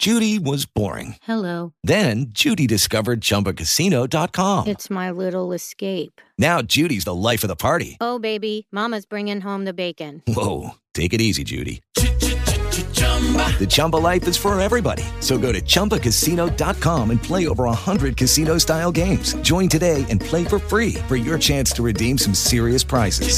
Judy was boring. Hello. Then Judy discovered ChumbaCasino.com. It's my little escape. Now Judy's the life of the party. Oh, baby, mama's bringing home the bacon. Whoa, take it easy, Judy. The Chumba life is for everybody. So go to ChumbaCasino.com and play over 100 casino-style games. Join today and play for free for your chance to redeem some serious prizes.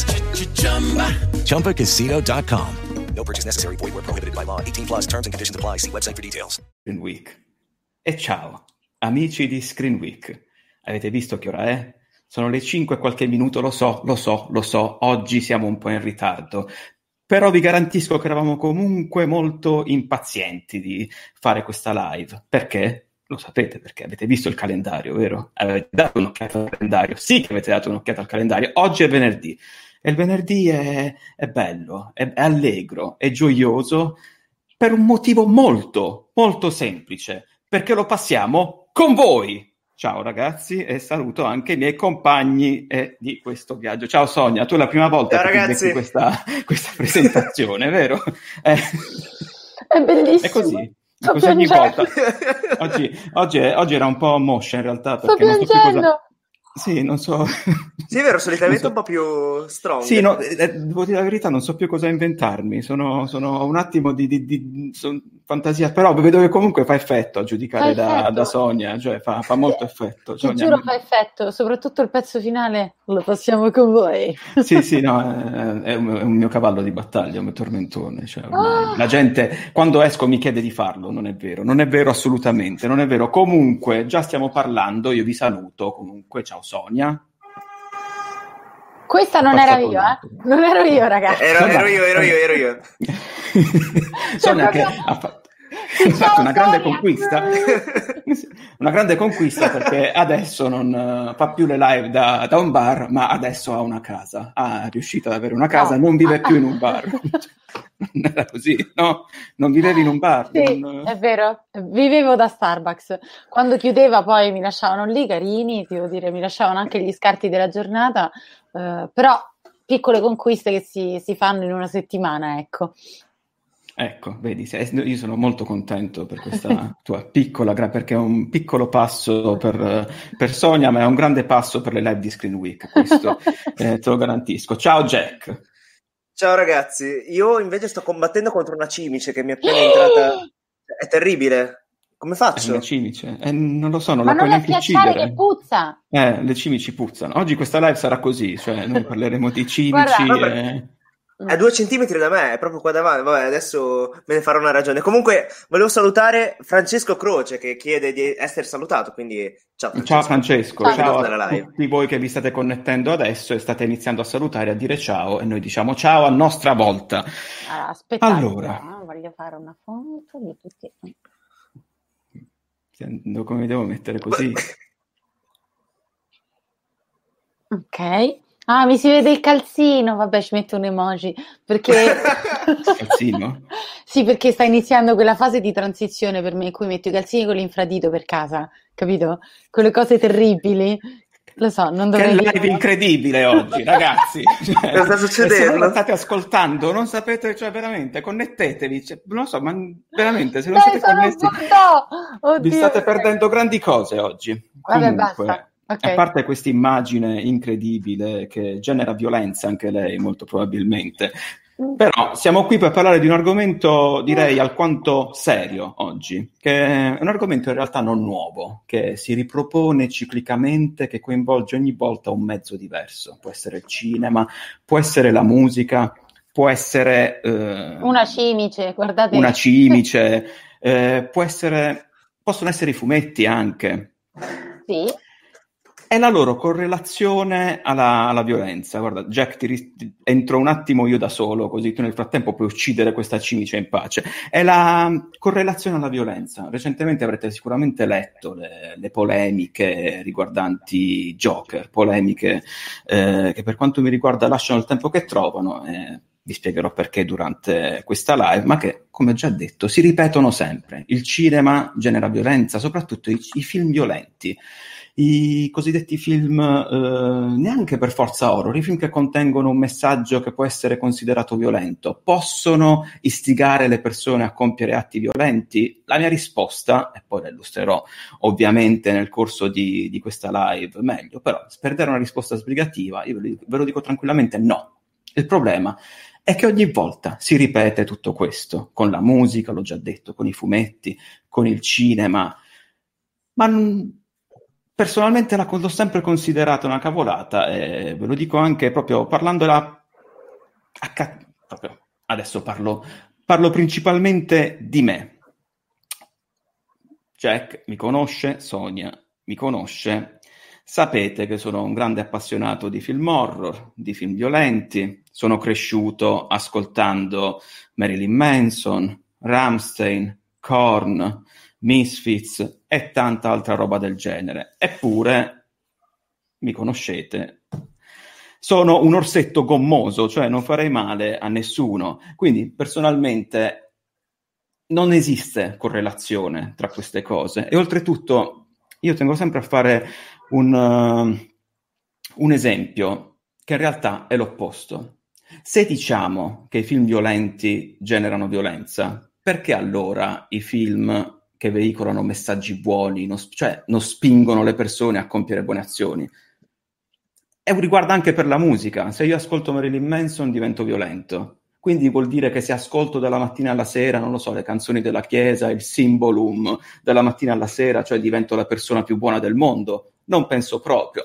ChumbaCasino.com. No purchase necessary. Void where prohibited by law. 18 plus terms and conditions apply. See website for details. Screen Week. E ciao, amici di Screen Week. Avete visto che ora è? Sono le 5 e qualche minuto, lo so. Oggi siamo un po' in ritardo. Però vi garantisco che eravamo comunque molto impazienti di fare questa live. Perché? Lo sapete, perché avete visto il calendario, vero? Avete dato un'occhiata al calendario? Sì che avete dato un'occhiata al calendario. Oggi è venerdì. E il venerdì è bello, è allegro, è gioioso, per un motivo molto, molto semplice. Perché lo passiamo con voi! Ciao ragazzi, e saluto anche i miei compagni di questo viaggio. Ciao Sonia, tu è la prima volta che becchi questa presentazione, vero? È bellissimo. È così ogni volta. Oggi era un po' moscia in realtà, perché non so più cosa... Sì, non so. Sì, è vero, solitamente un po' più strong. Sì, no, devo dire la verità, non so più cosa inventarmi. Sono un attimo di fantasia, però vedo che comunque fa effetto a giudicare da Sonia, cioè fa molto effetto. Ti giuro, fa effetto, soprattutto il pezzo finale lo passiamo con voi. Sì, no, è un mio cavallo di battaglia, un mio tormentone. Cioè, la gente, quando esco, mi chiede di farlo, non è vero assolutamente, non è vero. Comunque, già stiamo parlando, io vi saluto, comunque, ciao Sonia. Questa non era io, non ero io, ragazzi. Ero io. Sonia che ha fatto una grande conquista. Una grande conquista, perché adesso non fa più le live da un bar, ma adesso ha una casa. È riuscita ad avere una casa, non vive più in un bar. Non era così, no? Non vivevi in un bar? Sì, è vero, vivevo da Starbucks. Quando chiudeva poi mi lasciavano lì, carini, devo dire, mi lasciavano anche gli scarti della giornata, però piccole conquiste che si fanno in una settimana, ecco. Ecco, vedi, io sono molto contento per questa tua piccola, perché è un piccolo passo per Sonia, ma è un grande passo per le live di Screen Week, questo te lo garantisco. Ciao Jack! Ciao ragazzi, io invece sto combattendo contro una cimice che mi è appena entrata. È terribile. Come faccio? È una cimice? Non lo so, non la puoi neanche uccidere. Che puzza! Le cimici puzzano. Oggi questa live sarà così, cioè noi parleremo di cimici. Guarda, È 2 centimetri da me, è proprio qua davanti. Vabbè, adesso me ne farò una ragione. Comunque, volevo salutare Francesco Croce, che chiede di essere salutato, quindi ciao Francesco. Ciao Francesco, ciao a tutti voi che vi state connettendo adesso e state iniziando a salutare, a dire ciao, e noi diciamo ciao a nostra volta. Aspettate, allora, voglio fare una foto di tutti. Come mi devo mettere così? Ok. Mi si vede il calzino, vabbè, ci metto un emoji, perché... Calzino? Sì, perché sta iniziando quella fase di transizione per me in cui metto i calzini con l'infradito per casa, capito? Quelle cose terribili. Lo so, non dovrei... Che live incredibile oggi, ragazzi! Cosa sta succedendo? Se non la state ascoltando, non sapete, cioè veramente, connettetevi, non lo so, ma veramente, se non siete connessi, vi state perdendo grandi cose oggi. Vabbè, comunque, basta. Okay. A parte questa immagine incredibile che genera violenza anche lei, molto probabilmente. Però siamo qui per parlare di un argomento, direi, alquanto serio oggi, che è un argomento in realtà non nuovo, che si ripropone ciclicamente, che coinvolge ogni volta un mezzo diverso. Può essere il cinema, può essere la musica, può essere... una cimice, guardate. Una cimice, possono essere i fumetti anche. Sì. È la loro correlazione alla violenza. Guarda, Jack, entro un attimo io da solo, così tu nel frattempo puoi uccidere questa cimice in pace. È la correlazione alla violenza. Recentemente avrete sicuramente letto le polemiche riguardanti Joker, polemiche che per quanto mi riguarda lasciano il tempo che trovano. vi spiegherò perché durante questa live, ma che, come già detto, si ripetono sempre. Il cinema genera violenza, soprattutto i film violenti, i cosiddetti film neanche per forza horror, i film che contengono un messaggio che può essere considerato violento, possono istigare le persone a compiere atti violenti? La mia risposta, e poi la illustrerò ovviamente nel corso di questa live meglio, però per dare una risposta sbrigativa io ve lo dico tranquillamente no. Il problema è che ogni volta si ripete tutto questo, con la musica, l'ho già detto, con i fumetti, con il cinema, ma personalmente l'ho sempre considerata una cavolata, e ve lo dico anche proprio parlandola proprio adesso parlo principalmente di me. Jack mi conosce, Sonia mi conosce, sapete che sono un grande appassionato di film horror, di film violenti, sono cresciuto ascoltando Marilyn Manson, Rammstein, Korn, Misfits e tanta altra roba del genere. Eppure, mi conoscete, sono un orsetto gommoso, cioè non farei male a nessuno. Quindi, personalmente, non esiste correlazione tra queste cose. E oltretutto, io tengo sempre a fare un esempio che in realtà è l'opposto. Se diciamo che i film violenti generano violenza, perché allora i film che veicolano messaggi buoni non spingono le persone a compiere buone azioni? E riguarda anche per la musica. Se io ascolto Marilyn Manson divento violento, quindi vuol dire che se ascolto dalla mattina alla sera, non lo so, le canzoni della chiesa, il Symbolum dalla mattina alla sera, cioè divento la persona più buona del mondo? Non penso proprio.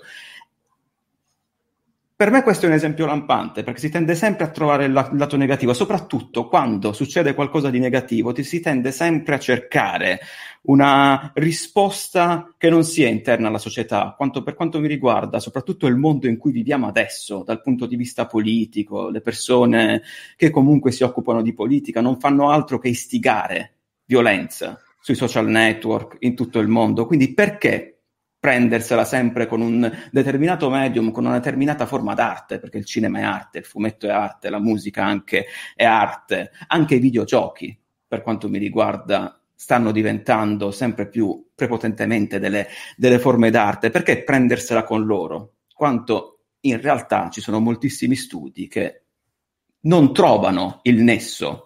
Per me questo è un esempio lampante, perché si tende sempre a trovare il lato negativo, soprattutto quando succede qualcosa di negativo, si tende sempre a cercare una risposta che non sia interna alla società. Per quanto mi riguarda, soprattutto il mondo in cui viviamo adesso, dal punto di vista politico, le persone che comunque si occupano di politica non fanno altro che istigare violenza sui social network in tutto il mondo. Quindi perché prendersela sempre con un determinato medium, con una determinata forma d'arte, perché il cinema è arte, il fumetto è arte, la musica anche è arte, anche i videogiochi, per quanto mi riguarda, stanno diventando sempre più prepotentemente delle forme d'arte. Perché prendersela con loro? Quanto in realtà ci sono moltissimi studi che non trovano il nesso.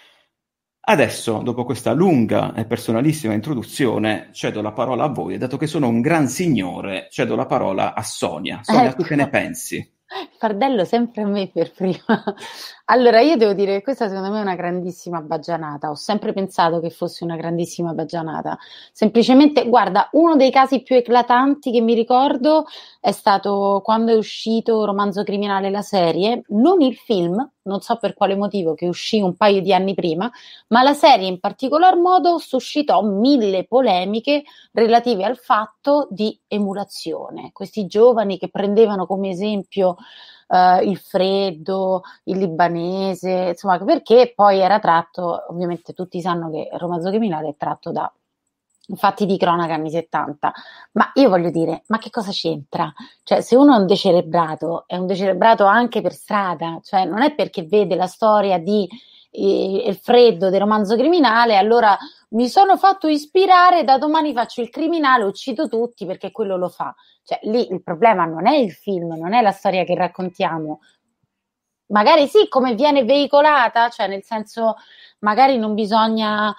Adesso, dopo questa lunga e personalissima introduzione, cedo la parola a voi, e dato che sono un gran signore, cedo la parola a Sonia. Sonia, Ecco. Tu che ne pensi? Fardello sempre a me per prima. Allora, io devo dire che questa secondo me è una grandissima baggianata. Ho sempre pensato che fosse una grandissima baggianata. Semplicemente, guarda, uno dei casi più eclatanti che mi ricordo è stato quando è uscito Romanzo Criminale, la serie, non il film, non so per quale motivo, che uscì un paio di anni prima, ma la serie in particolar modo suscitò 1000 polemiche relative al fatto di emulazione. Questi giovani che prendevano come esempio il freddo, il libanese, insomma, perché poi era tratto, ovviamente tutti sanno che il Romanzo Criminale è tratto da fatti di cronaca anni 70, ma io voglio dire, ma che cosa c'entra? Cioè, se uno è un decelebrato anche per strada, cioè non è perché vede la storia di il freddo del Romanzo Criminale, allora mi sono fatto ispirare, da domani faccio il criminale, uccido tutti perché quello lo fa. Cioè, lì il problema non è il film, non è la storia che raccontiamo. Magari sì, come viene veicolata, cioè nel senso, magari non bisogna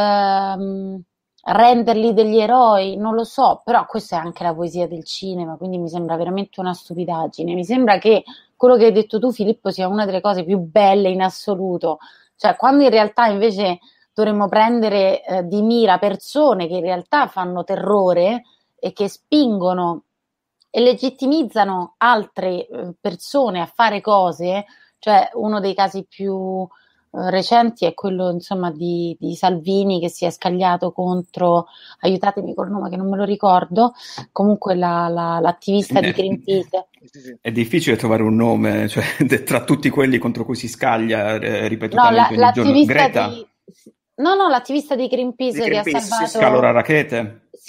renderli degli eroi, non lo so, però questa è anche la poesia del cinema, quindi mi sembra veramente una stupidaggine. Mi sembra che quello che hai detto tu, Filippo, sia una delle cose più belle in assoluto. Cioè, quando in realtà invece dovremmo prendere di mira persone che in realtà fanno terrore e che spingono e legittimizzano altre persone a fare cose, cioè uno dei casi più recenti è quello, insomma, di Salvini, che si è scagliato contro, aiutatemi col nome che non me lo ricordo, comunque l'attivista di Greenpeace. È difficile trovare un nome, cioè, tra tutti quelli contro cui si scaglia ripetutamente ogni giorno. Greta? No, l'attivista di Greenpeace, che ha salvato... Scalora Rackete? Sì,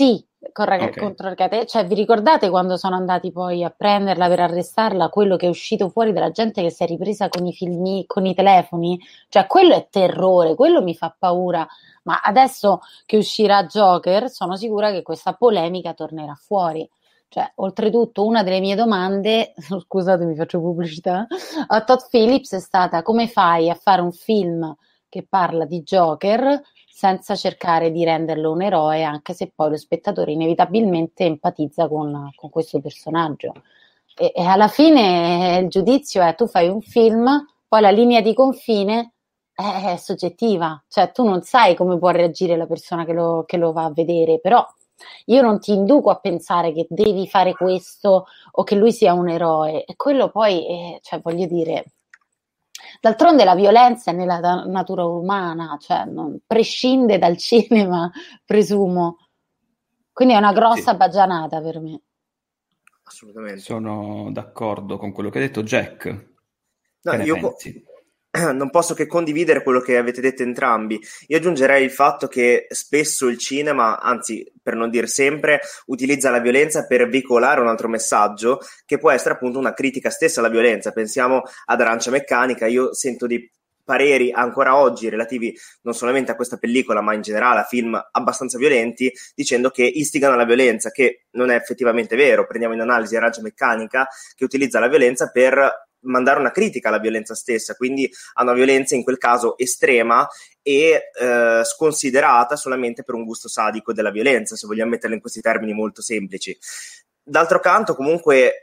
contro cioè vi ricordate quando sono andati poi a prenderla per arrestarla, quello che è uscito fuori della gente che si è ripresa con i filmi, con i telefoni? Cioè quello è terrore, quello mi fa paura, ma adesso che uscirà Joker sono sicura che questa polemica tornerà fuori. Cioè, oltretutto, una delle mie domande, scusate, mi faccio pubblicità, a Todd Phillips è stata: come fai a fare un film che parla di Joker senza cercare di renderlo un eroe, anche se poi lo spettatore inevitabilmente empatizza con questo personaggio? E alla fine il giudizio è: tu fai un film, poi la linea di confine è soggettiva, cioè tu non sai come può reagire la persona che lo va a vedere, però io non ti induco a pensare che devi fare questo o che lui sia un eroe, e quello poi, cioè voglio dire, d'altronde la violenza è nella natura umana, cioè non prescinde dal cinema, presumo, quindi è una grossa baggianata per me. Assolutamente. Sono d'accordo con quello che ha detto Jack. No, che ne pensi? Non posso che condividere quello che avete detto entrambi. Io aggiungerei il fatto che spesso il cinema, anzi per non dire sempre, utilizza la violenza per veicolare un altro messaggio che può essere appunto una critica stessa alla violenza. Pensiamo ad Arancia Meccanica. Io sento dei pareri ancora oggi relativi non solamente a questa pellicola ma in generale a film abbastanza violenti, dicendo che istigano alla violenza, che non è effettivamente vero. Prendiamo in analisi Arancia Meccanica, che utilizza la violenza per mandare una critica alla violenza stessa, quindi a una violenza in quel caso estrema e sconsiderata solamente per un gusto sadico della violenza, se vogliamo metterla in questi termini molto semplici. D'altro canto, comunque,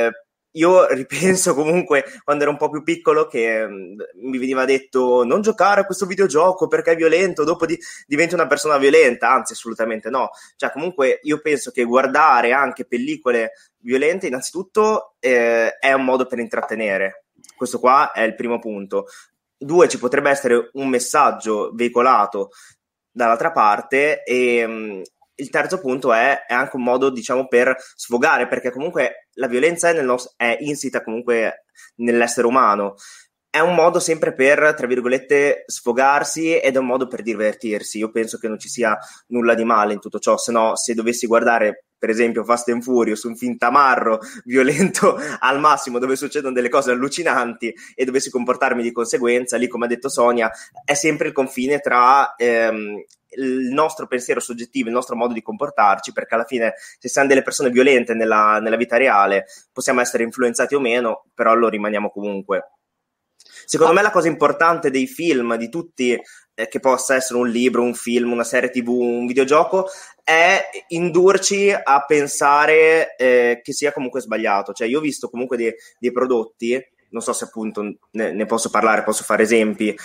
io ripenso comunque quando ero un po' più piccolo che mi veniva detto: non giocare a questo videogioco perché è violento, dopo diventi una persona violenta. Anzi, assolutamente no. Cioè, comunque io penso che guardare anche pellicole violente innanzitutto è un modo per intrattenere. Questo qua è il primo punto. 2, ci potrebbe essere un messaggio veicolato dall'altra parte, e il terzo punto è anche un modo, diciamo, per sfogare, perché comunque la violenza è insita comunque nell'essere umano. È un modo sempre per, tra virgolette, sfogarsi, ed è un modo per divertirsi. Io penso che non ci sia nulla di male in tutto ciò, se no, se dovessi guardare per esempio Fast and Furious, un film tamarro, violento al massimo, dove succedono delle cose allucinanti, e dovessi comportarmi di conseguenza, lì, come ha detto Sonia, è sempre il confine tra il nostro pensiero soggettivo, il nostro modo di comportarci, perché alla fine, se siamo delle persone violente nella vita reale, possiamo essere influenzati o meno, però lo rimaniamo comunque. Secondo me la cosa importante dei film, di tutti, che possa essere un libro, un film, una serie TV, un videogioco, è indurci a pensare che sia comunque sbagliato. Cioè, io ho visto comunque dei prodotti, non so se appunto ne posso parlare, posso fare esempi,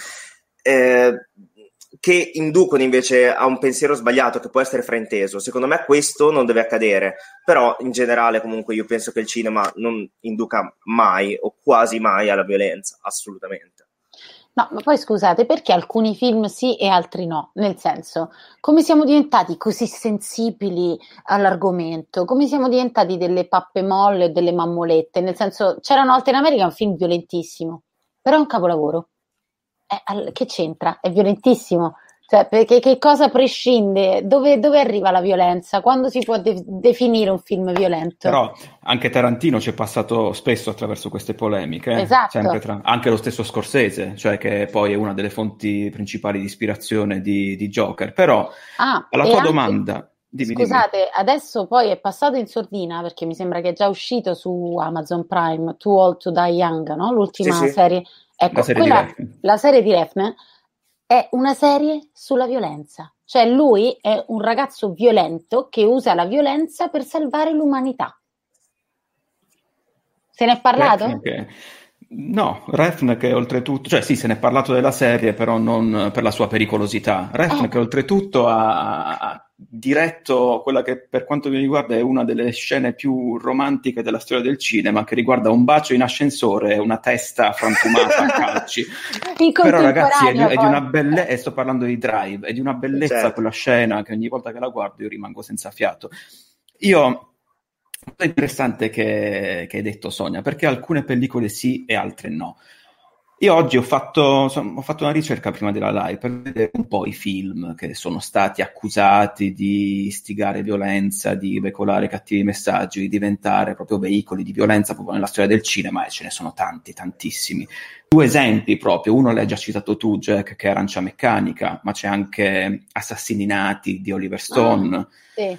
che inducono invece a un pensiero sbagliato che può essere frainteso. Secondo me questo non deve accadere, però in generale comunque io penso che il cinema non induca mai o quasi mai alla violenza, assolutamente. No, ma poi scusate, perché alcuni film sì e altri no? Nel senso, come siamo diventati così sensibili all'argomento? Come siamo diventati delle pappe molle o delle mammolette? Nel senso, c'era una volta in America un film violentissimo, però è un capolavoro. Che c'entra? È violentissimo. Cioè, perché che cosa prescinde? Dove arriva la violenza? Quando si può definire un film violento? Però anche Tarantino ci è passato spesso attraverso queste polemiche. Esatto. Sempre anche lo stesso Scorsese, cioè che poi è una delle fonti principali di ispirazione di Joker. Però alla tua domanda... Scusate, adesso poi è passato in sordina, perché mi sembra che è già uscito su Amazon Prime, Too Old to Die Young, no? L'ultima serie. Ecco, la serie di Refn è una serie sulla violenza. Cioè lui è un ragazzo violento che usa la violenza per salvare l'umanità. Se ne è parlato? No, Refn che oltretutto, cioè sì, se ne è parlato della serie, però non per la sua pericolosità. Refn che oltretutto ha diretto quella che per quanto mi riguarda è una delle scene più romantiche della storia del cinema, che riguarda un bacio in ascensore e una testa frantumata a calci. Però ragazzi è di una bellezza, e sto parlando di Drive, è di una bellezza quella scena che ogni volta che la guardo io rimango senza fiato. È interessante che hai detto, Sonia, perché alcune pellicole sì e altre no. Io oggi ho fatto una ricerca prima della live per vedere un po' i film che sono stati accusati di istigare violenza, di veicolare cattivi messaggi, di diventare proprio veicoli di violenza proprio nella storia del cinema, e ce ne sono tanti, tantissimi. 2 esempi proprio, uno l'hai già citato tu, Jack, che è Arancia Meccanica, ma c'è anche Assassini Nati di Oliver Stone. Sì.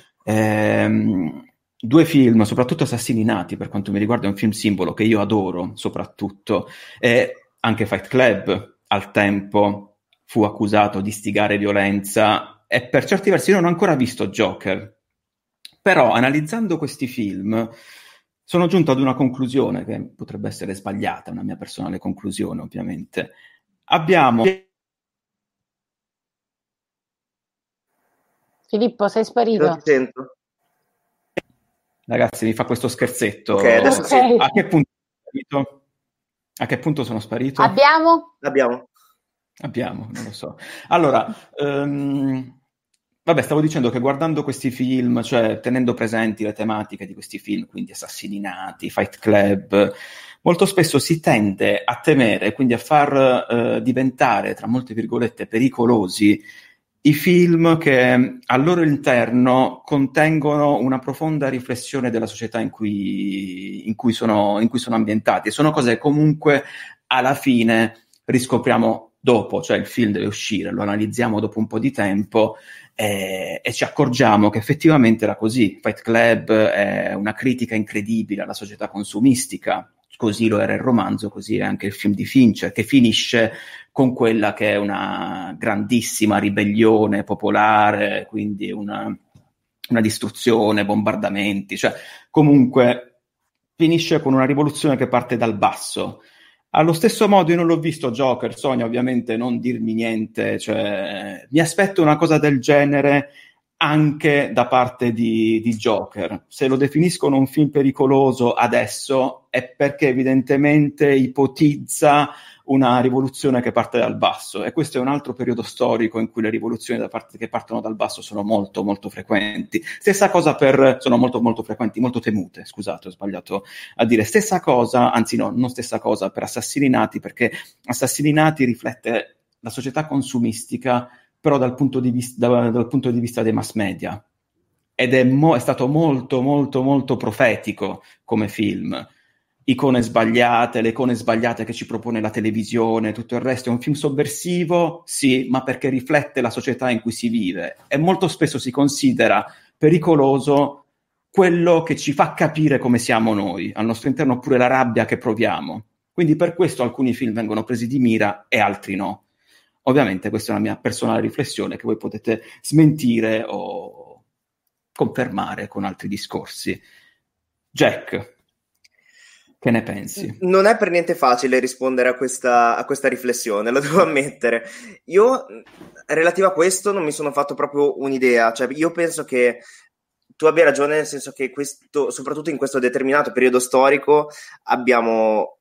2 film, soprattutto Assassini Nati, per quanto mi riguarda, è un film simbolo che io adoro, soprattutto. Anche Fight Club al tempo fu accusato di istigare violenza, e per certi versi non ho ancora visto Joker, però analizzando questi film sono giunto ad una conclusione che potrebbe essere sbagliata, una mia personale conclusione ovviamente. Abbiamo... Filippo, sei sparito? Non ti sento. Ragazzi, mi fa questo scherzetto. Ok, adesso sì. A che punto sono sparito? A che punto sono sparito? Abbiamo, non lo so. Allora, vabbè, stavo dicendo che guardando questi film, cioè tenendo presenti le tematiche di questi film, quindi Assassini Nati, Fight Club, molto spesso si tende a temere, quindi a far diventare, tra molte virgolette, pericolosi i film che al loro interno contengono una profonda riflessione della società in cui sono ambientati. Sono cose che comunque alla fine riscopriamo dopo, cioè il film deve uscire, lo analizziamo dopo un po' di tempo e ci accorgiamo che effettivamente era così. Fight Club è una critica incredibile alla società consumistica, così lo era il romanzo, così è anche il film di Fincher, che finisce con quella che è una grandissima ribellione popolare, quindi una distruzione, bombardamenti, cioè comunque finisce con una rivoluzione che parte dal basso. Allo stesso modo io non l'ho visto Joker, Sonia, ovviamente non dirmi niente, cioè mi aspetto una cosa del genere anche da parte di Joker. Se lo definiscono un film pericoloso adesso è perché evidentemente ipotizza una rivoluzione che parte dal basso, e questo è un altro periodo storico in cui le rivoluzioni che partono dal basso sono molto molto frequenti. Stessa cosa sono molto molto frequenti, molto temute, scusate, ho sbagliato a dire stessa cosa, anzi no, non stessa cosa per Assassini Nati, perché Assassini Nati riflette la società consumistica però dal punto di vista dei mass media, ed è stato molto molto molto profetico come film. Le icone sbagliate che ci propone la televisione, tutto il resto. È un film sovversivo, sì, ma perché riflette la società in cui si vive, e molto spesso si considera pericoloso quello che ci fa capire come siamo noi, al nostro interno, oppure la rabbia che proviamo. Quindi per questo alcuni film vengono presi di mira e altri no. Ovviamente questa è una mia personale riflessione che voi potete smentire o confermare con altri discorsi. Jack, che ne pensi? Non è per niente facile rispondere a questa riflessione, lo devo ammettere. Io, relativa a questo, non mi sono fatto proprio un'idea. Cioè, io penso che tu abbia ragione, nel senso che soprattutto in questo determinato periodo storico abbiamo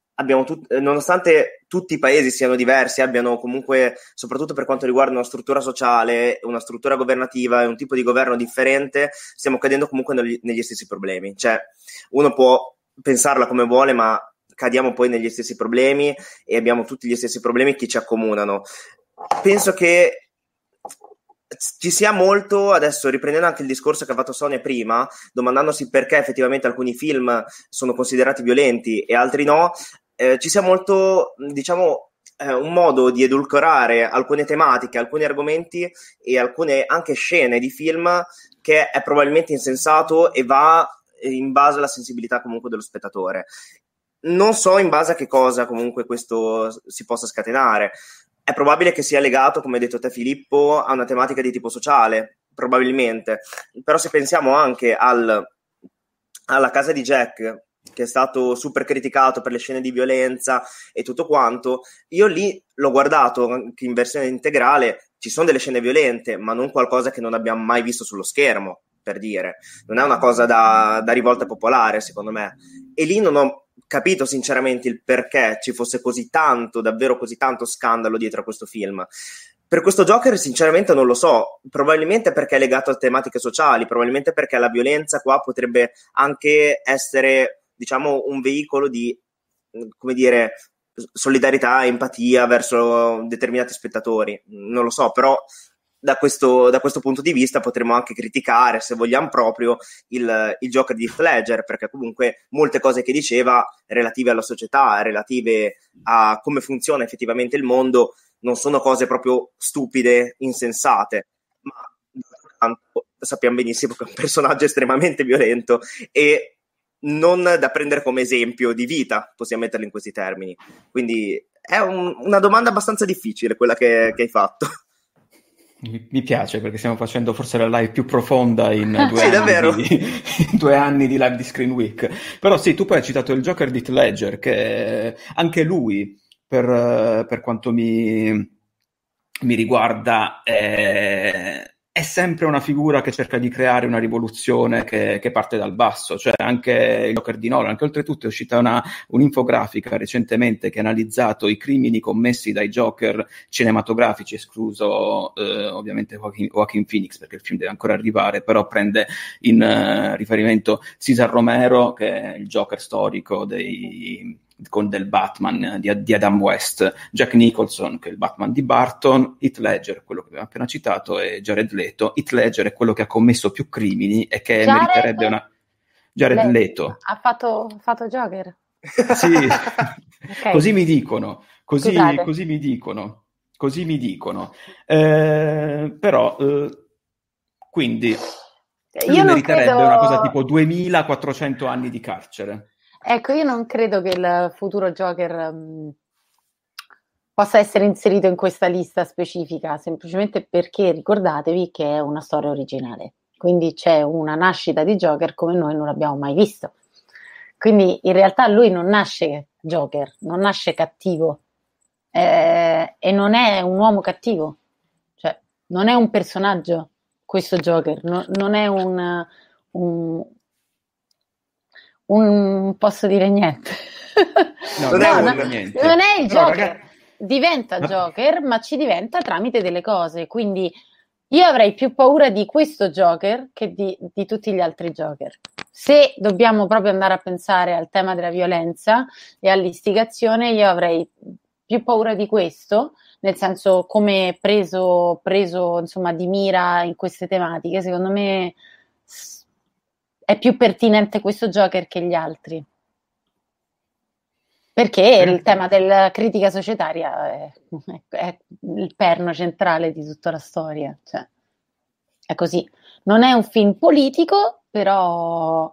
nonostante tutti i paesi siano diversi, abbiano comunque, soprattutto per quanto riguarda una struttura sociale, una struttura governativa e un tipo di governo differente, stiamo cadendo comunque negli stessi problemi. Cioè, uno può pensarla come vuole, ma cadiamo poi negli stessi problemi, e abbiamo tutti gli stessi problemi che ci accomunano. Penso che ci sia molto, adesso riprendendo anche il discorso che ha fatto Sonia prima, domandandosi perché effettivamente alcuni film sono considerati violenti e altri no, ci sia molto, diciamo, un modo di edulcorare alcune tematiche, alcuni argomenti e alcune anche scene di film che è probabilmente insensato e va in base alla sensibilità comunque dello spettatore. Non so in base a che cosa comunque questo si possa scatenare. È probabile che sia legato, come hai detto te Filippo, a una tematica di tipo sociale, probabilmente. Però se pensiamo anche alla Casa di Jack, che è stato super criticato per le scene di violenza e tutto quanto, io lì l'ho guardato anche in versione integrale, ci sono delle scene violente, ma non qualcosa che non abbiamo mai visto sullo schermo, per dire. Non è una cosa da rivolta popolare, secondo me. E lì non ho capito sinceramente il perché ci fosse così tanto, davvero così tanto scandalo dietro a questo film. Per questo Joker sinceramente non lo so, probabilmente perché è legato a tematiche sociali, probabilmente perché la violenza qua potrebbe anche essere, diciamo, un veicolo di, come dire, solidarietà, empatia verso determinati spettatori. Non lo so, però da questo punto di vista potremmo anche criticare, se vogliamo proprio, il Joker di Heath Ledger, perché comunque molte cose che diceva relative alla società, relative a come funziona effettivamente il mondo, non sono cose proprio stupide, insensate, ma sappiamo benissimo che è un personaggio estremamente violento e non da prendere come esempio di vita, possiamo metterlo in questi termini. Quindi è una domanda abbastanza difficile quella che hai fatto. Mi piace, perché stiamo facendo forse la live più profonda in 2 sì, davvero. in 2 anni di live di Screen Week. Però sì, tu poi hai citato il Joker di Heath Ledger, che anche lui, per quanto mi riguarda, è sempre una figura che cerca di creare una rivoluzione che parte dal basso. Cioè anche il Joker di Nolan, che oltretutto è uscita un'infografica recentemente che ha analizzato i crimini commessi dai Joker cinematografici, escluso ovviamente Joaquin Phoenix, perché il film deve ancora arrivare, però prende in riferimento Cesar Romero, che è il Joker storico del Batman di Adam West, Jack Nicholson, che è il Batman di Burton, Heath Ledger, quello che abbiamo appena citato, e Jared Leto. Heath Ledger è quello che ha commesso più crimini e che meriterebbe una... Jared Leto. Ha fatto Joker? Sì, Okay. Così mi dicono, Scusate. così mi dicono. Però, quindi, lui Io non meriterebbe credo... una cosa tipo 2400 anni di carcere. Ecco, io non credo che il futuro Joker possa essere inserito in questa lista specifica, semplicemente perché ricordatevi che è una storia originale, quindi c'è una nascita di Joker come noi non l'abbiamo mai visto. Quindi in realtà lui non nasce Joker, non nasce cattivo, e non è un uomo cattivo, cioè non è un personaggio questo Joker, non è un posso dire niente. Non è il Joker. Ragazzi... Diventa Joker, ma ci diventa tramite delle cose. Quindi io avrei più paura di questo Joker che di tutti gli altri Joker. Se dobbiamo proprio andare a pensare al tema della violenza e all'istigazione, io avrei più paura di questo, nel senso come preso insomma di mira in queste tematiche. Secondo me è più pertinente questo Joker che gli altri, perché il tema della critica societaria è il perno centrale di tutta la storia, cioè, è così. Non è un film politico, però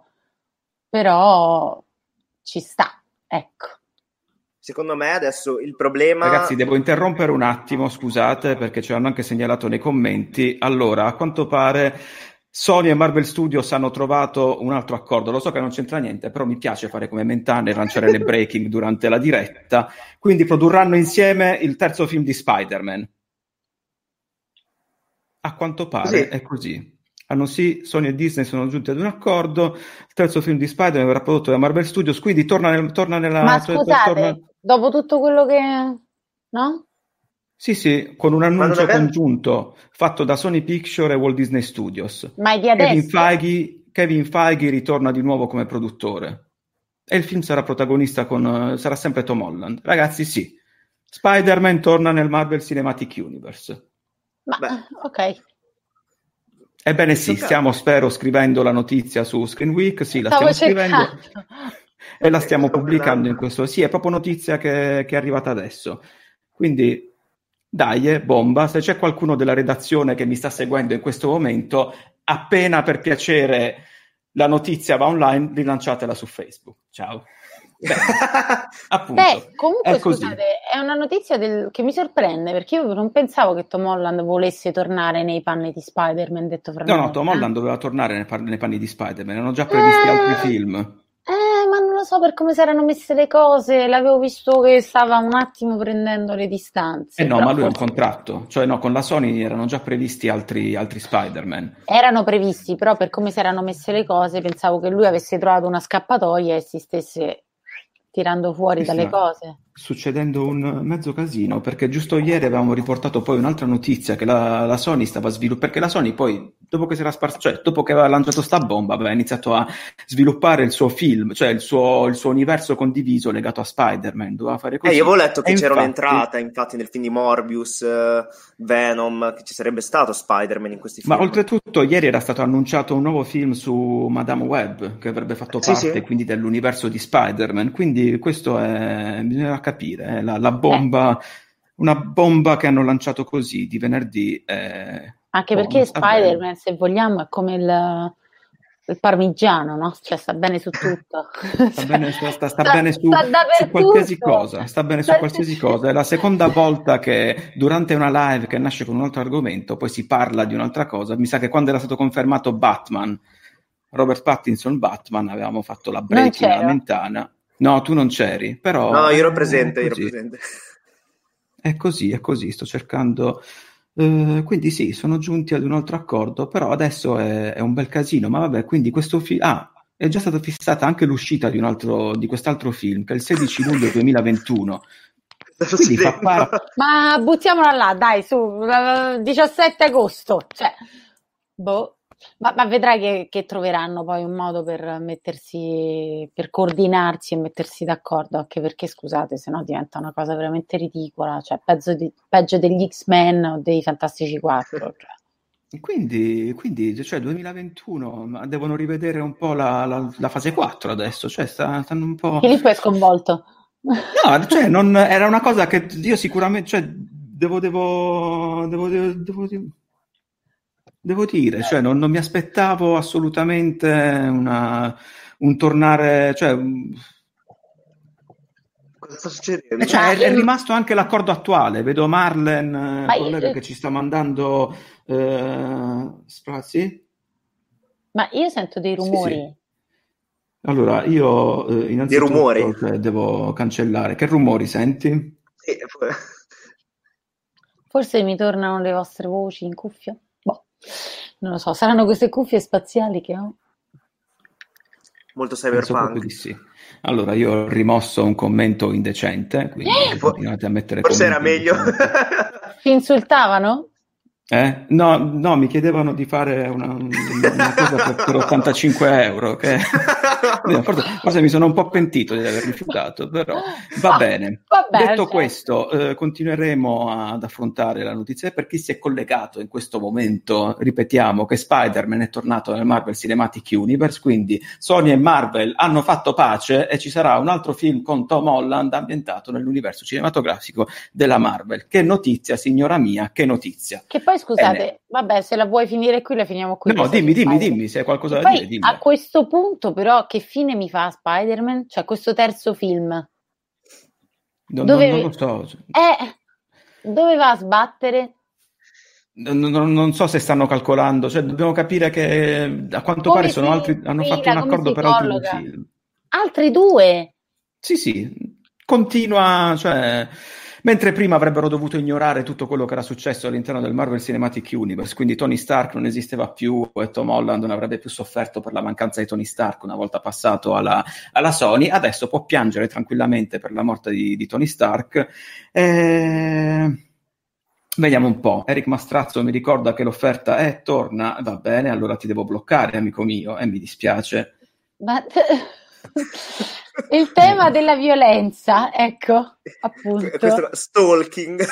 ci sta, ecco. Secondo me adesso il problema... Ragazzi, devo interrompere un attimo, scusate, perché ci hanno anche segnalato nei commenti. Allora, a quanto pare Sony e Marvel Studios hanno trovato un altro accordo. Lo so che non c'entra niente, però mi piace fare come Mentana e lanciare le breaking durante la diretta. Quindi produrranno insieme il terzo film di Spider-Man. A quanto pare è così. Sony e Disney sono giunti ad un accordo. Il terzo film di Spider-Man verrà prodotto da Marvel Studios, quindi torna nella... Ma scusate, dopo tutto quello che... no? Sì, con un annuncio congiunto fatto da Sony Pictures e Walt Disney Studios. Ma è di adesso? Kevin Feige ritorna di nuovo come produttore e il film sarà protagonista sarà sempre Tom Holland. Ragazzi, sì, Spider-Man torna nel Marvel Cinematic Universe. Ok. Ebbene sì, stiamo scrivendo la notizia su Screen Week, sì, la stiamo scrivendo e la stiamo pubblicando in questo. Sì, è proprio notizia che è arrivata adesso. Quindi dai, bomba, se c'è qualcuno della redazione che mi sta seguendo in questo momento, appena per piacere la notizia va online, rilanciatela su Facebook. Ciao. Appunto. Comunque scusate, è una notizia che mi sorprende, perché io non pensavo che Tom Holland volesse tornare nei panni di Spider-Man, detto fra noi. No, Tom Holland doveva tornare nei panni di Spider-Man, erano già previsti altri film. Ma non lo so per come si erano messe le cose, l'avevo visto che stava un attimo prendendo le distanze. No, ma lui ha un contratto, cioè no, con la Sony erano già previsti altri Spider-Man. Erano previsti, però per come si erano messe le cose pensavo che lui avesse trovato una scappatoia e si stesse tirando fuori dalle cose. succedendo un mezzo casino, perché giusto ieri avevamo riportato poi un'altra notizia che la Sony stava sviluppando, perché la Sony poi, dopo che si era cioè dopo che aveva lanciato sta bomba, aveva iniziato a sviluppare il suo film, cioè il suo universo condiviso legato a Spider-Man, doveva fare così. Io avevo letto che E c'era infatti, un'entrata, infatti, nel film di Morbius, Venom, che ci sarebbe stato Spider-Man in questi ma film. oltretutto ieri era stato annunciato un nuovo film su Madame Web, che avrebbe fatto Sì, parte sì. quindi dell'universo di Spider-Man, quindi questo è, bisogna capire, la bomba, una bomba che hanno lanciato così di venerdì, Anche non perché sta bene. Spider-Man, se vogliamo, è come il parmigiano, no? Cioè sta bene su tutto. Sta bene, sta bene su dappertutto. qualsiasi cosa, sta bene su Sta- qualsiasi cosa. È la seconda volta che durante una live che nasce con un altro argomento, poi si parla di un'altra cosa. Mi sa che quando era stato confermato Batman, Robert Pattinson Batman, avevamo fatto la break nella c'ero. Mentana. No, tu non c'eri, però No, io ero è presente, così. È così, sto cercando. Quindi sì, sono giunti ad un altro accordo, però adesso è un bel casino. Ma vabbè, quindi questo film. È già stata fissata anche l'uscita di quest'altro film, che è il 16 luglio 2021. Quindi fa parte. Ma buttiamola là, dai, su, 17 agosto. Cioè, boh. Ma vedrai che troveranno poi un modo per mettersi, per coordinarsi e mettersi d'accordo, anche perché, scusate, sennò diventa una cosa veramente ridicola, cioè peggio degli X-Men o dei Fantastici 4. Cioè. Quindi, cioè 2021, ma devono rivedere un po' la fase 4 adesso, cioè stanno un po'. Filippo è sconvolto. No, cioè non era una cosa che io sicuramente, cioè devo dire, cioè non mi aspettavo assolutamente un tornare, cioè Cosa sta succedendo? cioè, è rimasto anche l'accordo attuale. Vedo Marlen, collega, io- che ci sta mandando spazi. Ma io sento dei rumori. Sì. Allora, io innanzitutto rumori. cioè, devo cancellare. Che rumori senti? Sì, Forse mi tornano le vostre voci in cuffia? Boh, non lo so, saranno queste cuffie spaziali che ho? molto Penso proprio cyberpunk. di sì. Allora, io ho rimosso un commento indecente, quindi continuate a mettere Forse era commenti meglio. indecenti. Ti insultavano? No, mi chiedevano di fare una cosa per 85 euro, che forse mi sono un po' pentito di aver rifiutato, però va bene. Detto cioè. questo, continueremo ad affrontare la notizia. Per chi si è collegato in questo momento, ripetiamo che Spider-Man è tornato nel Marvel Cinematic Universe, quindi Sony e Marvel hanno fatto pace e ci sarà un altro film con Tom Holland ambientato nell'universo cinematografico della Marvel. Che notizia, signora mia, che notizia. Che poi scusate, vabbè, se la vuoi finire qui, la finiamo qui. No, dimmi, se hai qualcosa da dire, dimmi. A questo punto, però, che fine mi fa Spider-Man? Cioè, questo terzo film? Non lo so. Dove va a sbattere? Non so se stanno calcolando, cioè dobbiamo capire che a quanto pare sono altri, hanno fatto un accordo per altri 2 film. Altri 2? Sì, continua, cioè. Mentre prima avrebbero dovuto ignorare tutto quello che era successo all'interno del Marvel Cinematic Universe, quindi Tony Stark non esisteva più e Tom Holland non avrebbe più sofferto per la mancanza di Tony Stark una volta passato alla Sony, adesso può piangere tranquillamente per la morte di Tony Stark. Vediamo un po'. Eric Mastrazzo mi ricorda che l'offerta è torna, va bene, allora ti devo bloccare, amico mio, e mi dispiace. Ma il tema della violenza, ecco, appunto. Questo stalking.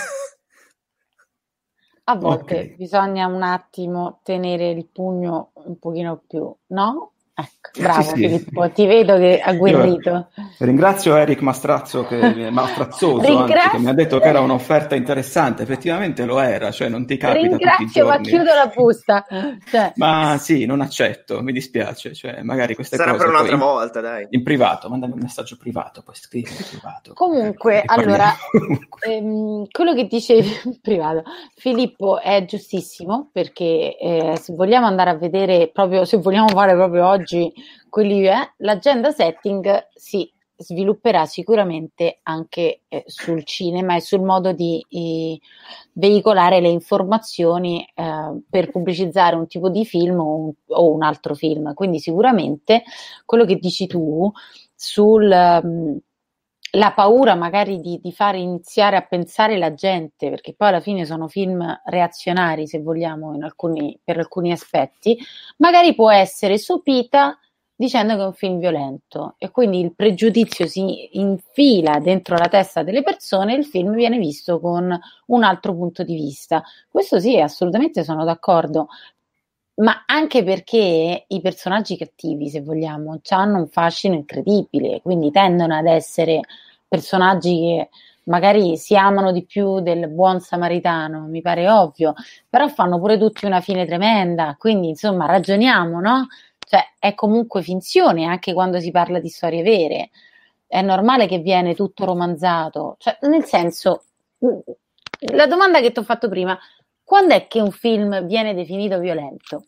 A volte bisogna un attimo tenere il pugno un pochino più, no? Ecco, bravo Sì. Filippo, ti vedo che agguerrito. Ringrazio Eric Mastrazzo, Mastrazzoso, anzi, che mi ha detto che era un'offerta interessante. Effettivamente lo era, cioè non ti capita tutti i giorni. Ma chiudo la busta. Cioè. Ma sì, non accetto, mi dispiace. Cioè, magari queste sarà cose per un'altra volta, dai. In privato, mandami un messaggio privato, poi scrivi in privato. Comunque, allora, quello che dicevi in privato, Filippo, è giustissimo, perché se vogliamo andare a vedere proprio, se vogliamo fare proprio oggi quelli l'agenda setting si svilupperà sicuramente anche sul cinema e sul modo di veicolare le informazioni per pubblicizzare un tipo di film o un altro film. Quindi sicuramente quello che dici tu sul la paura magari di fare iniziare a pensare la gente, perché poi alla fine sono film reazionari, se vogliamo, per alcuni aspetti, magari può essere sopita dicendo che è un film violento, e quindi il pregiudizio si infila dentro la testa delle persone e il film viene visto con un altro punto di vista. Questo sì, assolutamente sono d'accordo, ma anche perché i personaggi cattivi, se vogliamo, hanno un fascino incredibile, quindi tendono ad essere personaggi che magari si amano di più del buon samaritano, mi pare ovvio, però fanno pure tutti una fine tremenda, quindi insomma ragioniamo, no? Cioè è comunque finzione anche quando si parla di storie vere, è normale che viene tutto romanzato, cioè nel senso, la domanda che ti ho fatto prima: quando è che un film viene definito violento?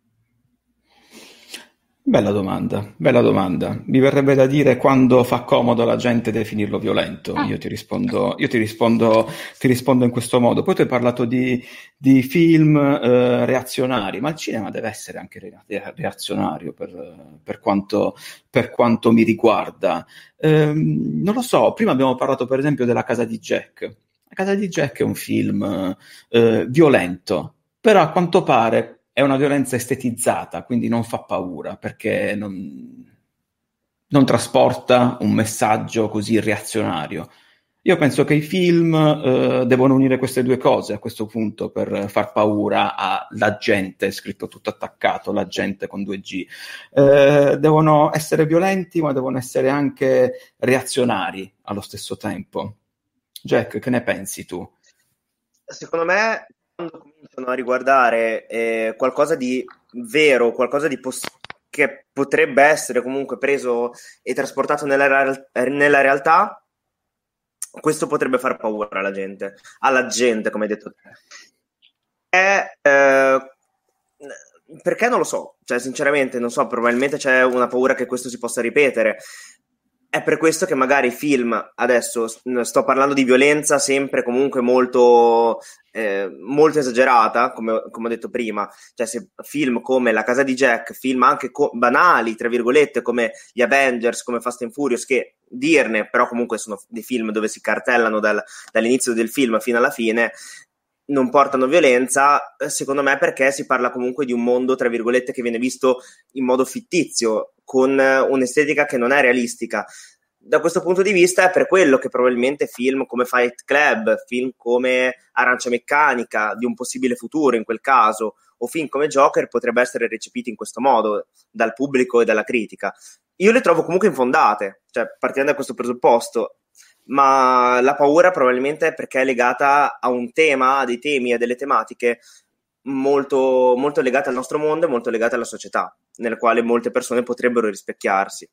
Bella domanda, bella domanda. Mi verrebbe da dire quando fa comodo alla gente definirlo violento. Io ti rispondo in questo modo. Poi tu hai parlato di film reazionari, ma il cinema deve essere anche reazionario per quanto mi riguarda. Non lo so, prima abbiamo parlato per esempio della Casa di Jack. La Casa di Jack è un film violento, però a quanto pare è una violenza estetizzata, quindi non fa paura, perché non trasporta un messaggio così reazionario. Io penso che i film devono unire queste due cose a questo punto per far paura alla gente, scritto tutto attaccato, la gente con 2G. Devono essere violenti, ma devono essere anche reazionari allo stesso tempo. Jack, che ne pensi tu? Secondo me, quando cominciano a riguardare qualcosa di vero, qualcosa di che potrebbe essere comunque preso e trasportato nella realtà, questo potrebbe far paura alla gente, come hai detto te. Perché non lo so, cioè sinceramente non so, probabilmente c'è una paura che questo si possa ripetere. È per questo che magari film, adesso sto parlando di violenza sempre comunque molto esagerata, come ho detto prima, cioè se film come La Casa di Jack, film anche banali, tra virgolette, come gli Avengers, come Fast and Furious, che dirne, però comunque sono dei film dove si cartellano dall'inizio del film fino alla fine, non portano violenza, secondo me perché si parla comunque di un mondo, tra virgolette, che viene visto in modo fittizio, con un'estetica che non è realistica. Da questo punto di vista è per quello che probabilmente film come Fight Club, film come Arancia Meccanica, di un possibile futuro in quel caso, o film come Joker potrebbe essere recepiti in questo modo dal pubblico e dalla critica. Io le trovo comunque infondate, cioè partendo da questo presupposto, ma la paura probabilmente è perché è legata a un tema, a dei temi, a delle tematiche molto, molto legate al nostro mondo e molto legate alla società, nella quale molte persone potrebbero rispecchiarsi.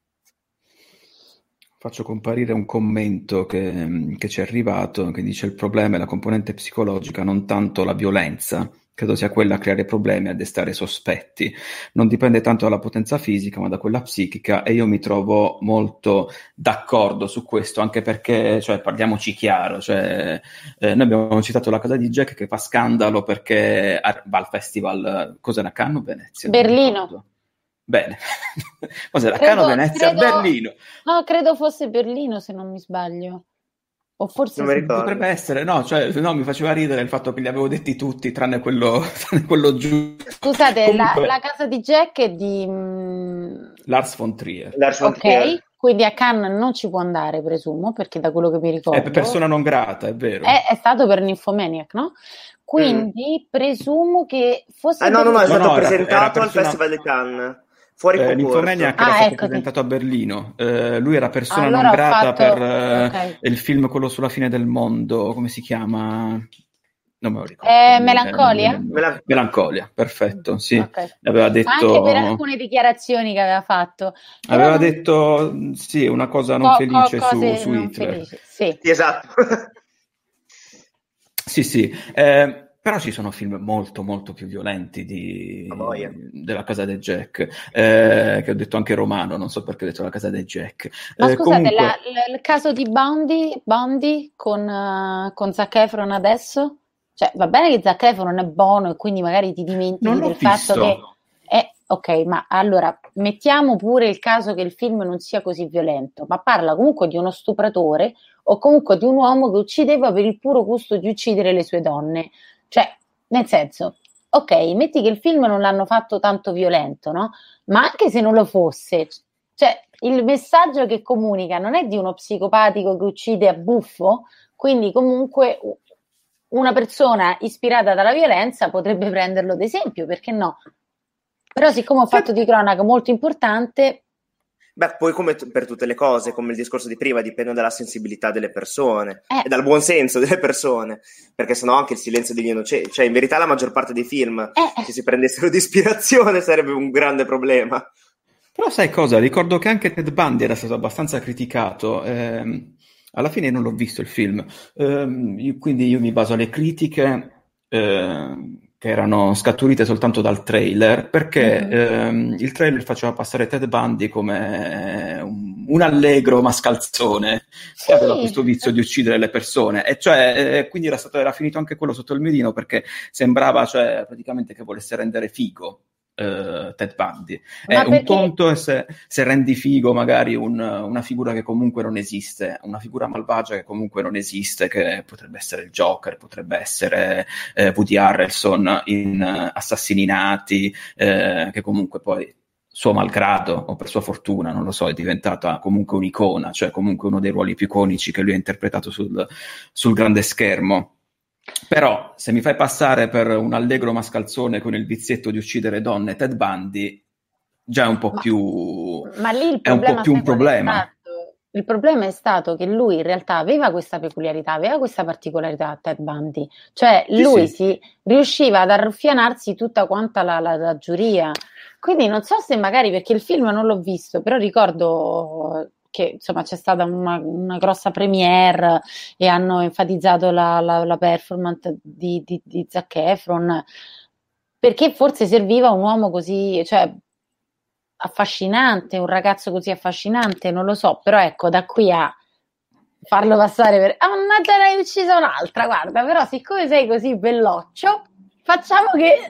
Faccio comparire un commento che ci è arrivato, che dice: il problema è la componente psicologica, non tanto la violenza. Credo sia quella a creare problemi e a destare sospetti. Non dipende tanto dalla potenza fisica, ma da quella psichica, e io mi trovo molto d'accordo su questo, anche perché, cioè, parliamoci chiaro, cioè, noi abbiamo citato La Casa di Jack, che fa scandalo perché va al festival, cos'era, Cannes o Venezia? Berlino. Bene, cos'era, Cannes o Venezia? Berlino. No, credo fosse Berlino, se non mi sbaglio. O forse non mi ricordo. Potrebbe essere, no, cioè, no, mi faceva ridere il fatto che li avevo detti tutti, tranne quello giù. Scusate, Comunque, la Casa di Jack è di Lars von Trier. Ok, quindi a Cannes non ci può andare, presumo, perché da quello che mi ricordo È per persona non grata, è vero. È stato per Nymphomaniac, no? Quindi presumo che fosse no, è stato era presentato al persona... Festival di Cannes. Fuori concorso. Nymphomaniac era stato presentato a Berlino. Lui era persona non grata per il film quello sulla fine del mondo, come si chiama? Non me lo ricordo. Melancolia? Melancolia, perfetto, sì. Okay. Aveva detto... Anche per alcune dichiarazioni che aveva fatto. Aveva detto, sì, una cosa non felice su non Hitler. Felici. Sì, esatto. Sì. Però ci sono film molto molto più violenti della Casa del Jack, che ho detto anche Romano, non so perché ho detto La Casa del Jack. Ma scusate, comunque... il caso di Boundy con Zac Efron adesso? Cioè, va bene che Zac Efron è buono e quindi magari ti dimentichi del fatto che... ok, ma allora mettiamo pure il caso che il film non sia così violento, ma parla comunque di uno stupratore o comunque di un uomo che uccideva per il puro gusto di uccidere le sue donne. Cioè, nel senso, ok, metti che il film non l'hanno fatto tanto violento, no? Ma anche se non lo fosse, cioè il messaggio che comunica non è di uno psicopatico che uccide a buffo, quindi comunque una persona ispirata dalla violenza potrebbe prenderlo ad esempio, perché no? Però siccome ho fatto di cronaca molto importante... Beh, poi come per tutte le cose, come il discorso di prima, dipende dalla sensibilità delle persone e dal buon senso delle persone, perché sennò anche il silenzio degli innocenti, cioè in verità la maggior parte dei film, se si prendessero di ispirazione, sarebbe un grande problema. Però sai cosa? Ricordo che anche Ted Bundy era stato abbastanza criticato. Alla fine non l'ho visto il film, quindi io mi baso alle critiche che erano scaturite soltanto dal trailer, perché il trailer faceva passare Ted Bundy come un allegro mascalzone che aveva questo vizio di uccidere le persone, e cioè quindi era finito anche quello sotto il mirino, perché sembrava, cioè, praticamente che volesse rendere figo Ted Bundy. Un conto è se rendi figo magari una figura che comunque non esiste, una figura malvagia che comunque non esiste, che potrebbe essere il Joker, potrebbe essere Woody Harrelson in Assassini Nati, che comunque poi suo malgrado o per sua fortuna, non lo so, è diventata comunque un'icona, cioè comunque uno dei ruoli più iconici che lui ha interpretato sul grande schermo. Però se mi fai passare per un allegro mascalzone con il vizietto di uccidere donne, Ted Bundy già è un po' più... Ma lì il è un po' più un problema. Il problema è stato che lui in realtà aveva questa peculiarità, aveva questa particolarità, Ted Bundy, cioè lui si riusciva ad arruffianarsi tutta quanta la giuria. Quindi non so se magari, perché il film non l'ho visto, però ricordo che insomma c'è stata una grossa premiere e hanno enfatizzato la performance di Zac Efron, perché forse serviva un uomo così, cioè affascinante, un ragazzo così affascinante, non lo so, però ecco, da qui a farlo passare per ma te l'hai uccisa un'altra, guarda, però siccome sei così belloccio, facciamo che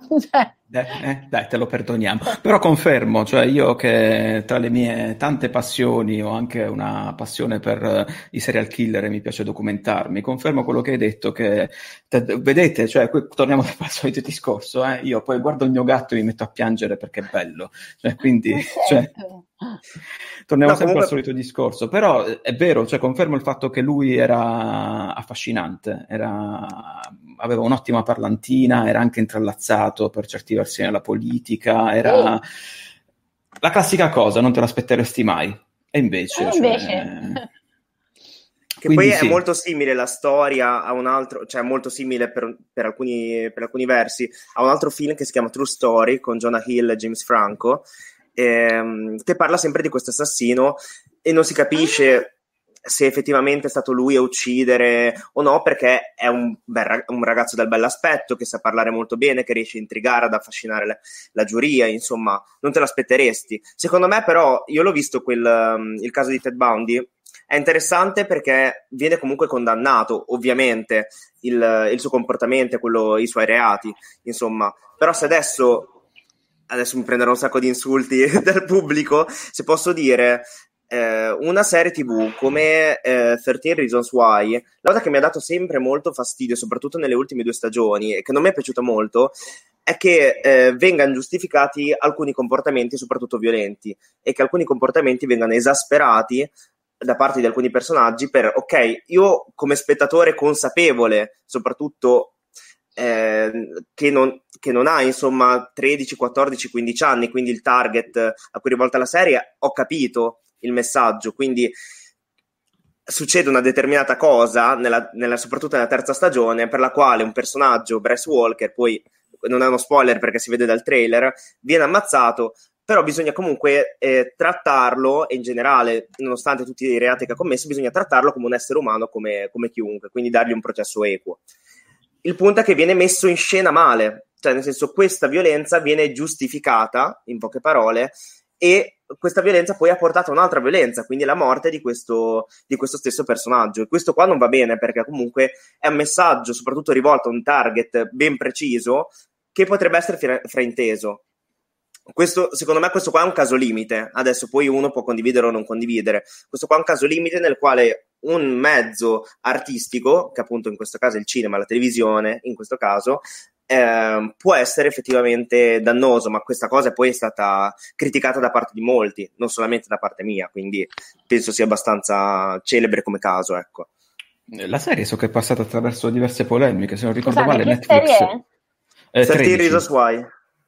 dai, te lo perdoniamo. Però confermo, cioè io che tra le mie tante passioni ho anche una passione per i serial killer e mi piace documentarmi, confermo quello che hai detto, che vedete, cioè qui torniamo al solito discorso, io poi guardo il mio gatto e mi metto a piangere perché è bello, cioè, quindi cioè, torniamo sempre al solito discorso, però è vero, cioè confermo il fatto che lui era affascinante, aveva un'ottima parlantina, era anche intrallazzato per certi versi nella politica, era la classica cosa, non te l'aspetteresti mai, e invece... Che poi è molto simile la storia a un altro, cioè molto simile per alcuni versi, a un altro film che si chiama True Story con Jonah Hill e James Franco, che parla sempre di questo assassino e non si capisce se effettivamente è stato lui a uccidere o no, perché è un ragazzo dal bell'aspetto, che sa parlare molto bene, che riesce a intrigare, ad affascinare la giuria, insomma, non te l'aspetteresti. Secondo me però, io l'ho visto il caso di Ted Bundy, è interessante perché viene comunque condannato, ovviamente, il suo comportamento, i suoi reati, insomma, però se adesso mi prenderò un sacco di insulti dal pubblico, se posso dire... una serie TV come 13 Reasons Why, la cosa che mi ha dato sempre molto fastidio, soprattutto nelle ultime 2 stagioni, e che non mi è piaciuta molto, è che vengano giustificati alcuni comportamenti, soprattutto violenti, e che alcuni comportamenti vengano esasperati da parte di alcuni personaggi ok, io come spettatore consapevole, soprattutto che non ha insomma 13, 14, 15 anni, quindi il target a cui è rivolta la serie, ho capito il messaggio, quindi succede una determinata cosa soprattutto nella 3ª stagione, per la quale un personaggio, Bryce Walker, poi non è uno spoiler perché si vede dal trailer, viene ammazzato, però bisogna comunque trattarlo, e in generale, nonostante tutti i reati che ha commesso, bisogna trattarlo come un essere umano, come chiunque, quindi dargli un processo equo. Il punto è che viene messo in scena male, cioè nel senso, questa violenza viene giustificata, in poche parole, e questa violenza poi ha portato a un'altra violenza, quindi la morte di questo stesso personaggio, e questo qua non va bene, perché comunque è un messaggio soprattutto rivolto a un target ben preciso che potrebbe essere frainteso. Secondo me questo qua è un caso limite. Adesso poi uno può condividere o non condividere. Questo qua è un caso limite nel quale un mezzo artistico, che appunto in questo caso è il cinema, la televisione, in questo caso, può essere effettivamente dannoso, ma questa cosa poi è stata criticata da parte di molti, non solamente da parte mia, quindi penso sia abbastanza celebre come caso, ecco. La serie so che è passata attraverso diverse polemiche, se non ricordo Scusate, male, che Netflix. serie è? 13 Reasons Why.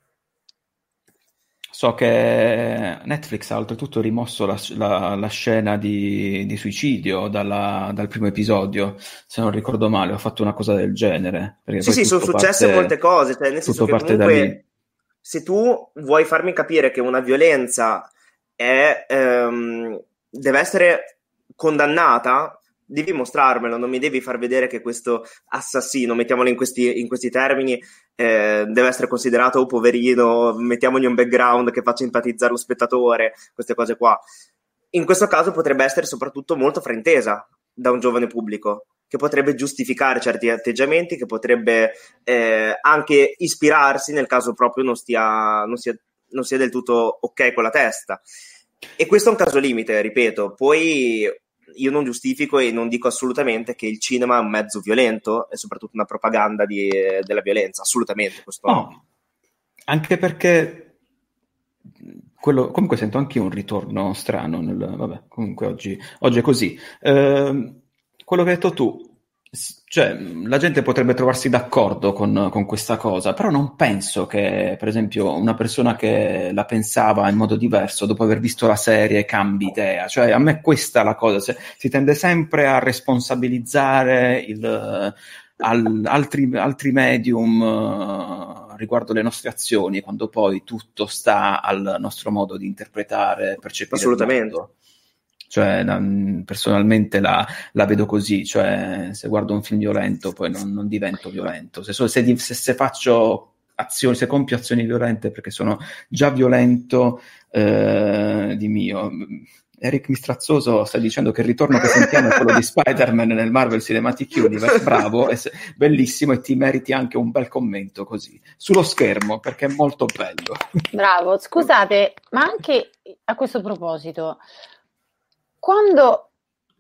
So che Netflix ha oltretutto rimosso la scena di suicidio dal primo episodio, se non ricordo male, ho fatto una cosa del genere. Sì, sono successe molte cose, cioè nel senso che comunque se tu vuoi farmi capire che una violenza deve essere condannata, devi mostrarmelo, non mi devi far vedere che questo assassino, mettiamolo in questi termini, deve essere considerato poverino, mettiamogli un background che faccia empatizzare lo spettatore, queste cose qua. In questo caso potrebbe essere soprattutto molto fraintesa da un giovane pubblico, che potrebbe giustificare certi atteggiamenti, che potrebbe anche ispirarsi nel caso proprio non sia del tutto ok con la testa. E questo è un caso limite, ripeto. Poi io non giustifico e non dico assolutamente che il cinema è un mezzo violento e soprattutto una propaganda della violenza, assolutamente. Questo no, anche perché comunque sento anche un ritorno strano vabbè, comunque oggi è così. Quello che hai detto tu, cioè la gente potrebbe trovarsi d'accordo con questa cosa, però non penso che, per esempio, una persona che la pensava in modo diverso dopo aver visto la serie cambi idea. Cioè, a me questa è la cosa, si tende sempre a responsabilizzare altri medium riguardo le nostre azioni, quando poi tutto sta al nostro modo di interpretare, percepire. Assolutamente. Il mondo. Cioè, personalmente la vedo così, cioè se guardo un film violento poi non divento violento, se faccio azioni, se compio azioni violente perché sono già violento di mio. Eric Mistrazzoso sta dicendo che il ritorno che sentiamo è quello di Spider-Man nel Marvel Cinematic Universe. Bravo, bellissimo, e ti meriti anche un bel commento così sullo schermo perché è molto bello. Bravo, scusate, ma anche a questo proposito, quando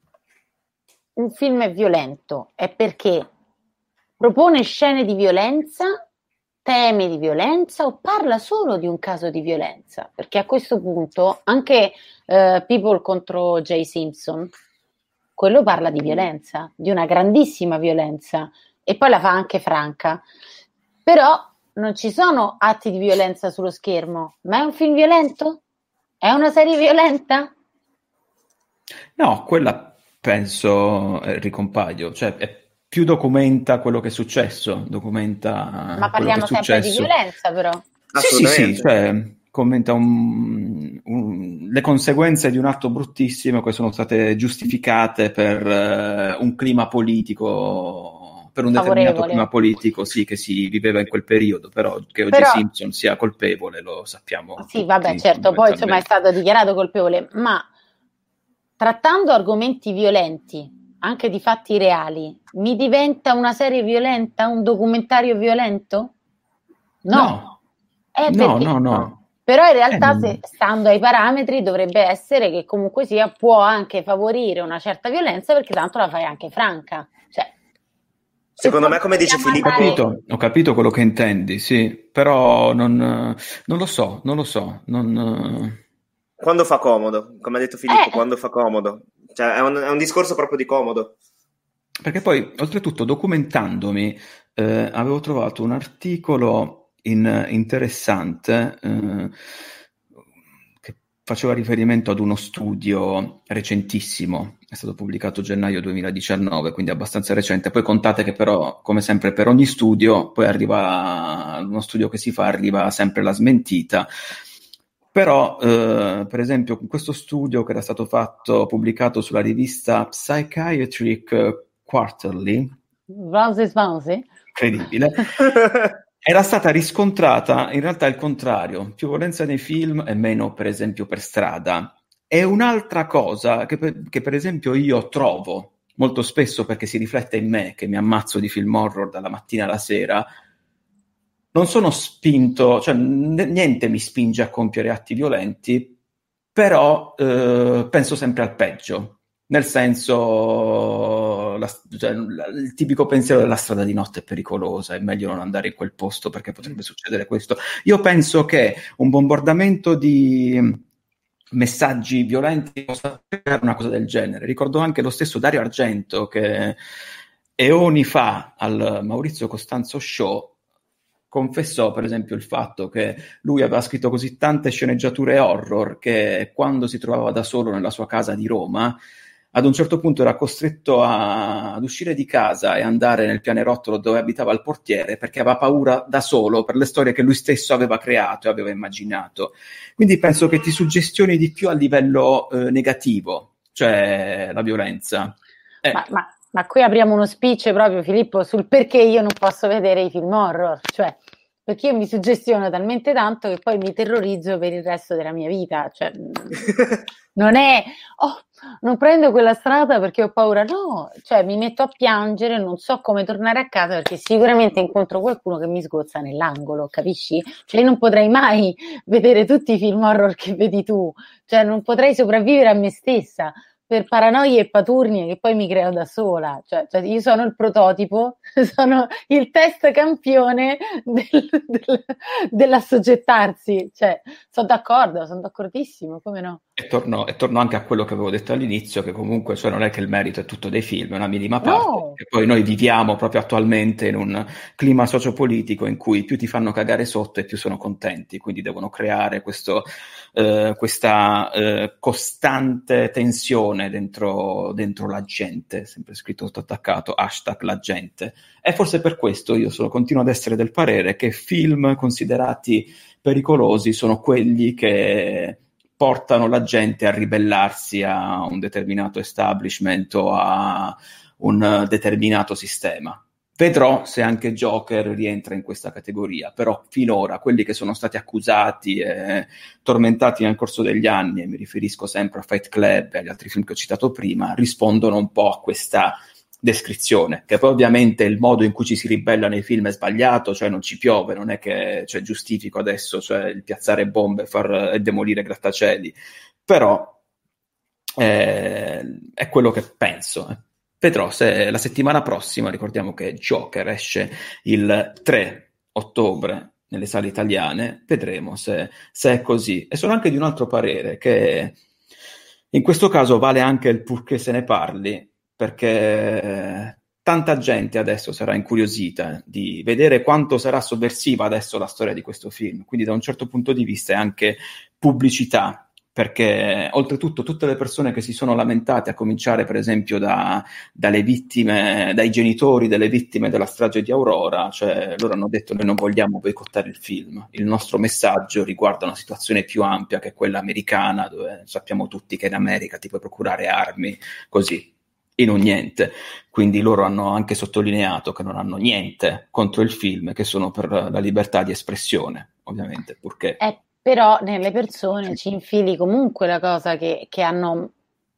un film è violento è perché propone scene di violenza, temi di violenza, o parla solo di un caso di violenza? Perché a questo punto anche People contro J. Simpson, quello parla di violenza, di una grandissima violenza, e poi la fa anche franca. Però non ci sono atti di violenza sullo schermo, ma è un film violento? È una serie violenta? No, quella penso ricompaio, cioè più documenta quello che è successo, ma parliamo sempre di violenza, però. Sì, cioè commenta le conseguenze di un atto bruttissimo che sono state giustificate per un clima politico, per un determinato clima politico, sì, che si viveva in quel periodo, però che oggi Simpson sia colpevole lo sappiamo. Sì, vabbè, certo, poi insomma è stato dichiarato colpevole, ma trattando argomenti violenti, anche di fatti reali, mi diventa una serie violenta, un documentario violento? No. No. Però in realtà, stando ai parametri, dovrebbe essere che comunque sia, può anche favorire una certa violenza, perché tanto la fai anche franca. Cioè, secondo me, come dice Filippo... Ho capito quello che intendi, sì, però non lo so. Quando fa comodo, come ha detto Filippo, quando fa comodo. Cioè, è un discorso proprio di comodo. Perché poi, oltretutto, documentandomi, avevo trovato un articolo interessante che faceva riferimento ad uno studio recentissimo, è stato pubblicato gennaio 2019, quindi abbastanza recente. Poi contate che però, come sempre per ogni studio, poi arriva uno studio che si fa, arriva sempre la smentita. Però, per esempio, questo studio che era stato pubblicato sulla rivista Psychiatric Quarterly, incredibile, era stata riscontrata in realtà il contrario, più violenza nei film e meno, per esempio, per strada. È un'altra cosa che per esempio io trovo molto spesso, perché si riflette in me, che mi ammazzo di film horror dalla mattina alla sera. non sono spinto, cioè niente mi spinge a compiere atti violenti, però penso sempre al peggio. Nel senso, il tipico pensiero della strada di notte è pericolosa, è meglio non andare in quel posto perché potrebbe succedere questo. Io penso che un bombardamento di messaggi violenti possa creare una cosa del genere. Ricordo anche lo stesso Dario Argento che eoni fa al Maurizio Costanzo Show confessò per esempio il fatto che lui aveva scritto così tante sceneggiature horror che quando si trovava da solo nella sua casa di Roma ad un certo punto era costretto ad uscire di casa e andare nel pianerottolo dove abitava il portiere perché aveva paura da solo per le storie che lui stesso aveva creato e aveva immaginato. Quindi penso che ti suggestioni di più a livello negativo, cioè la violenza. Ma qui apriamo uno speech proprio, Filippo, sul perché io non posso vedere i film horror, cioè perché io mi suggestiono talmente tanto che poi mi terrorizzo per il resto della mia vita, cioè non è non prendo quella strada perché ho paura, no, cioè mi metto a piangere, non so come tornare a casa perché sicuramente incontro qualcuno che mi sgozza nell'angolo, capisci? Cioè io non potrei mai vedere tutti i film horror che vedi tu, cioè non potrei sopravvivere a me stessa per paranoie e paturnie che poi mi creo da sola, cioè io sono il prototipo, sono il test campione dell'assoggettarsi, cioè sono d'accordissimo, come no? E torno anche a quello che avevo detto all'inizio, che comunque cioè, non è che il merito è tutto dei film, è una minima parte, No. e poi noi viviamo proprio attualmente in un clima sociopolitico in cui più ti fanno cagare sotto e più sono contenti, quindi devono creare questa costante tensione dentro la gente, sempre scritto tutto attaccato, #la gente. E forse per questo io continuo ad essere del parere che film considerati pericolosi sono quelli che portano la gente a ribellarsi a un determinato establishment o a un determinato sistema. Vedrò se anche Joker rientra in questa categoria, però finora quelli che sono stati accusati e tormentati nel corso degli anni, e mi riferisco sempre a Fight Club e agli altri film che ho citato prima, rispondono un po' a questa descrizione, che poi ovviamente il modo in cui ci si ribella nei film è sbagliato, cioè non ci piove, non è che giustifico adesso il piazzare bombe e demolire grattacieli, però è quello che penso. Vedrò se la settimana prossima, ricordiamo che Joker esce il 3 ottobre nelle sale italiane, vedremo se è così. E sono anche di un altro parere, che in questo caso vale anche il purché se ne parli, perché tanta gente adesso sarà incuriosita di vedere quanto sarà sovversiva adesso la storia di questo film, quindi da un certo punto di vista è anche pubblicità, perché oltretutto tutte le persone che si sono lamentate, a cominciare per esempio dalle vittime, dai genitori delle vittime della strage di Aurora, cioè loro hanno detto: noi non vogliamo boicottare il film, il nostro messaggio riguarda una situazione più ampia che è quella americana, dove sappiamo tutti che in America ti puoi procurare armi così in un niente, quindi loro hanno anche sottolineato che non hanno niente contro il film, che sono per la libertà di espressione, ovviamente, purché però nelle persone ci infili comunque la cosa che hanno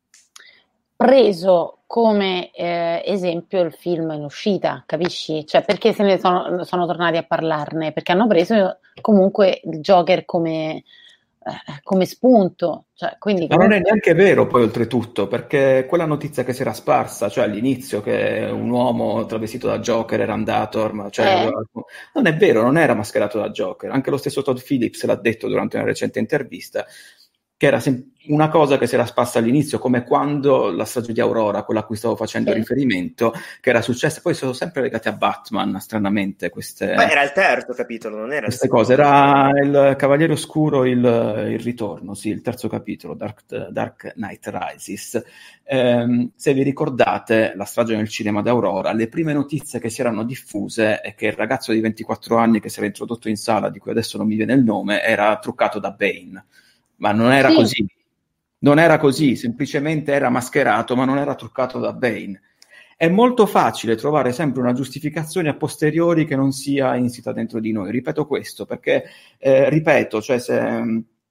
preso come esempio il film in uscita, capisci? Cioè perché se ne sono tornati a parlarne? Perché hanno preso comunque il Joker come spunto, cioè, quindi ma non è neanche vero poi oltretutto, perché quella notizia che si era sparsa, cioè all'inizio che un uomo travestito da Joker era andato, non è vero, non era mascherato da Joker, anche lo stesso Todd Phillips l'ha detto durante una recente intervista, che era una cosa che si era sparsa all'inizio, come quando la strage di Aurora, quella a cui stavo facendo riferimento, che era successa, poi sono sempre legate a Batman, stranamente, queste... Ma era il terzo capitolo, non era queste cose, era il Cavaliere Oscuro, il ritorno, sì, il terzo capitolo, Dark Knight Rises. Se vi ricordate, la strage nel cinema d'Aurora, le prime notizie che si erano diffuse è che il ragazzo di 24 anni che si era introdotto in sala, di cui adesso non mi viene il nome, era truccato da Bane. Ma non era così, non era così, semplicemente era mascherato, ma non era truccato da Bane. È molto facile trovare sempre una giustificazione a posteriori che non sia insita dentro di noi. Ripeto questo, perché, cioè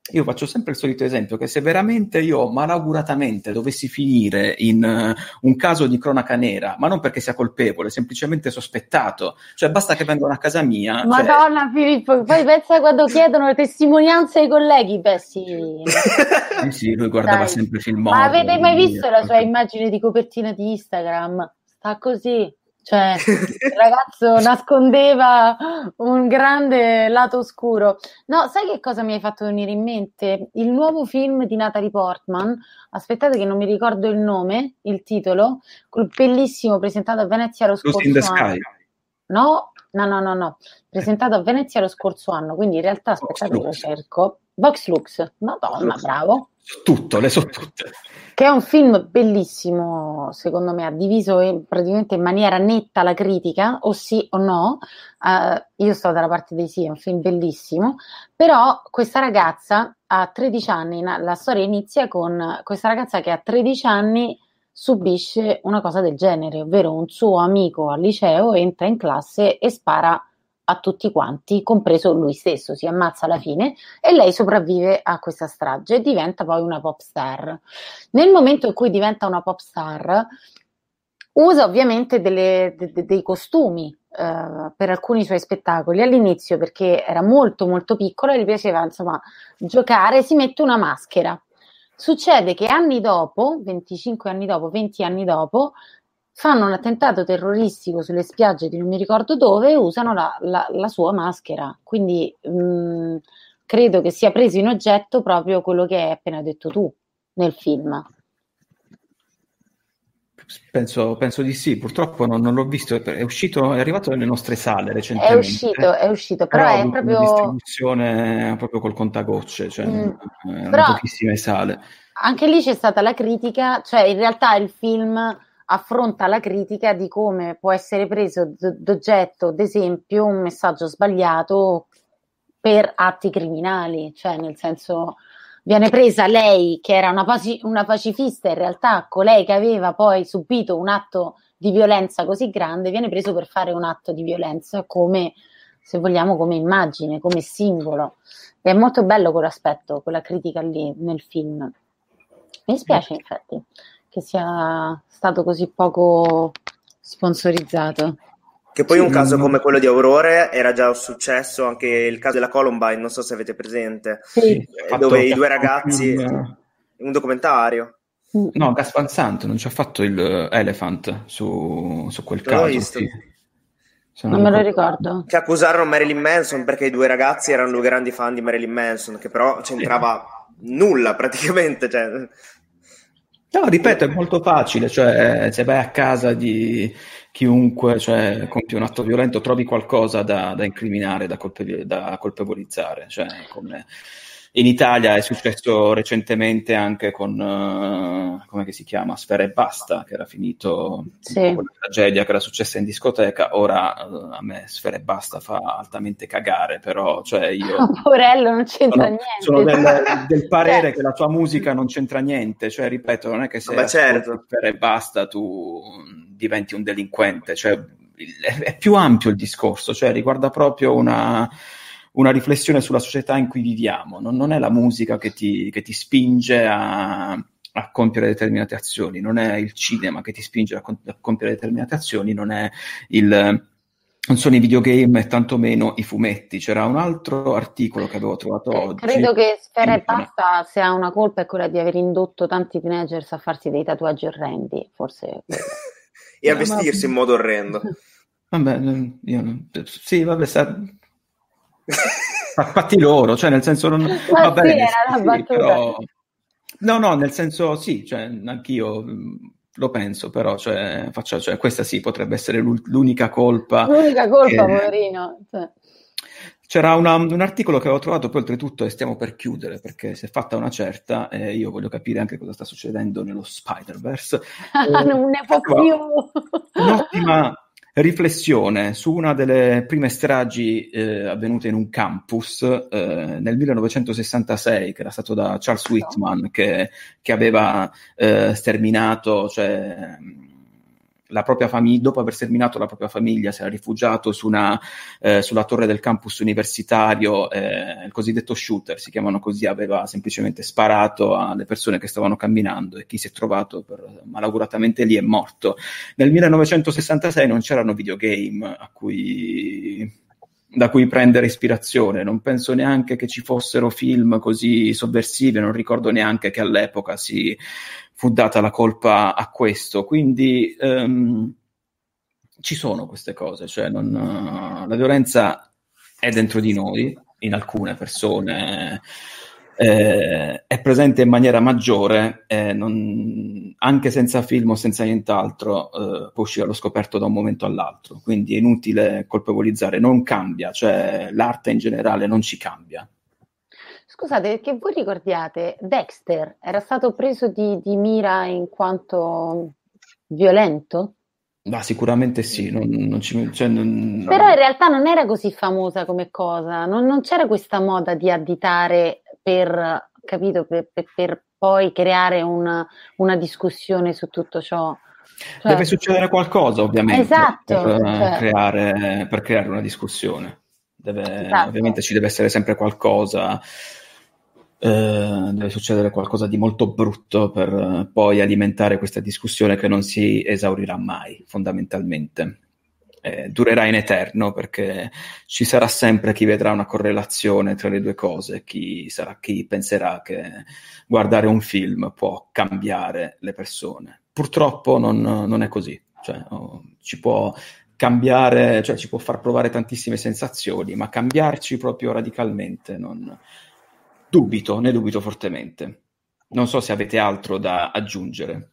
io faccio sempre il solito esempio, che se veramente io malauguratamente dovessi finire in un caso di cronaca nera, ma non perché sia colpevole, semplicemente sospettato, cioè basta che vengano a casa mia. Madonna, Filippo, poi pensa quando chiedono le testimonianze ai colleghi, beh sì. Sì, lui guardava sempre film Ma horror, avete mai visto la sua immagine di copertina di Instagram? Sta così. Cioè, il ragazzo nascondeva un grande lato oscuro. No, sai che cosa mi hai fatto venire in mente? Il nuovo film di Natalie Portman, aspettate che non mi ricordo il nome, il titolo, quel bellissimo presentato a Venezia lo scorso in the anno. Sky. No, presentato a Venezia lo scorso anno, quindi in realtà aspettate che lo cerco. Vox Lux, Madonna, bravo. Le so tutte. Che è un film bellissimo, secondo me, ha diviso praticamente in maniera netta la critica, o sì o no. Io sto dalla parte dei sì, è un film bellissimo, però questa ragazza ha 13 anni, la storia inizia con questa ragazza che a 13 anni subisce una cosa del genere, ovvero un suo amico al liceo entra in classe e spara a tutti quanti, compreso lui stesso, si ammazza alla fine e lei sopravvive a questa strage e diventa poi una pop star. Nel momento in cui diventa una pop star, usa ovviamente dei costumi per alcuni suoi spettacoli. All'inizio, perché era molto molto piccola, gli piaceva insomma giocare, si mette una maschera. Succede che anni dopo, 25 anni dopo, 20 anni dopo, fanno un attentato terroristico sulle spiagge di non mi ricordo dove e usano la sua maschera. Quindi credo che sia preso in oggetto proprio quello che hai appena detto tu nel film. Penso di sì, purtroppo non l'ho visto, è arrivato nelle nostre sale recentemente. È uscito, però è proprio una distribuzione proprio col contagocce, cioè erano pochissime sale. Anche lì c'è stata la critica, cioè in realtà il film affronta la critica di come può essere preso d'oggetto, d'esempio, un messaggio sbagliato per atti criminali, cioè nel senso viene presa lei che era una pacifista, in realtà colei che aveva poi subito un atto di violenza così grande viene preso per fare un atto di violenza come, se vogliamo, come immagine, come simbolo. E è molto bello quell'aspetto, quella critica lì nel film. Mi spiace infatti che sia stato così poco sponsorizzato. Che poi un caso come quello di Aurore era già successo anche il caso della Columbine, non so se avete presente, sì. Dove i due ragazzi, un documentario. No, Gus Van Sant non ci ha fatto il Elephant su quel caso. Sì. Non me lo ricordo. Che accusarono Marilyn Manson perché i due ragazzi erano due grandi fan di Marilyn Manson, che però c'entrava nulla praticamente, cioè. No, ripeto, è molto facile, cioè se vai a casa di chiunque, cioè compie un atto violento, trovi qualcosa da incriminare, da colpevolizzare, cioè come in Italia è successo recentemente anche con come che si chiama, Sfera e Basta, che era finito quella tragedia che era successa in discoteca. Ora a me Sfera e Basta fa altamente cagare, però cioè io Porello non c'entra niente. Sono del parere che la tua musica non c'entra niente, cioè ripeto, non è che se certo. Sfera e Basta tu diventi un delinquente, cioè è più ampio il discorso, cioè riguarda proprio una riflessione sulla società in cui viviamo. Non è la musica che ti spinge a compiere determinate azioni, non è il cinema che ti spinge a compiere determinate azioni, non sono i videogame e tantomeno i fumetti. C'era un altro articolo che avevo trovato oggi. Credo che Sfera e Basta, se ha una colpa, è quella di aver indotto tanti teenagers a farsi dei tatuaggi orrendi, forse. E a vestirsi in modo orrendo. Vabbè, sì, vabbè, fatti loro, cioè nel senso non va bene, era una battuta. Però no, nel senso sì, cioè anch'io lo penso, però cioè questa sì potrebbe essere l'unica colpa, poverino, cioè. C'era un articolo che avevo trovato, poi oltretutto, e stiamo per chiudere perché si è fatta una certa, e io voglio capire anche cosa sta succedendo nello Spider-Verse. Non ne può più. Un'ottima riflessione su una delle prime stragi avvenute in un campus nel 1966, che era stato da Charles Whitman, che aveva sterminato, cioè la propria famiglia, dopo aver sterminato la propria famiglia, si era rifugiato sulla torre del campus universitario, il cosiddetto shooter, si chiamano così, aveva semplicemente sparato alle persone che stavano camminando e chi si è trovato malauguratamente lì è morto. Nel 1966 non c'erano videogame da cui prendere ispirazione, non penso neanche che ci fossero film così sovversivi, non ricordo neanche che all'epoca si fu data la colpa a questo, quindi ci sono queste cose, cioè la violenza è dentro di noi, in alcune persone è presente in maniera maggiore, anche senza film o senza nient'altro può uscire allo scoperto da un momento all'altro, quindi è inutile colpevolizzare, non cambia, cioè l'arte in generale non ci cambia. Scusate, che voi ricordiate, Dexter era stato preso di mira in quanto violento? Ma sicuramente sì, Però in realtà non era così famosa come cosa, non c'era questa moda di additare per poi creare una discussione su tutto ciò. Cioè, deve succedere qualcosa, ovviamente, esatto, per creare una discussione. Esatto. Ovviamente ci deve essere sempre qualcosa. Deve succedere qualcosa di molto brutto per poi alimentare questa discussione che non si esaurirà mai, fondamentalmente. Durerà in eterno perché ci sarà sempre chi vedrà una correlazione tra le due cose, chi penserà che guardare un film può cambiare le persone. Purtroppo non è così, cioè, ci può cambiare, cioè ci può far provare tantissime sensazioni, ma cambiarci proprio radicalmente ne dubito fortemente. Non so se avete altro da aggiungere.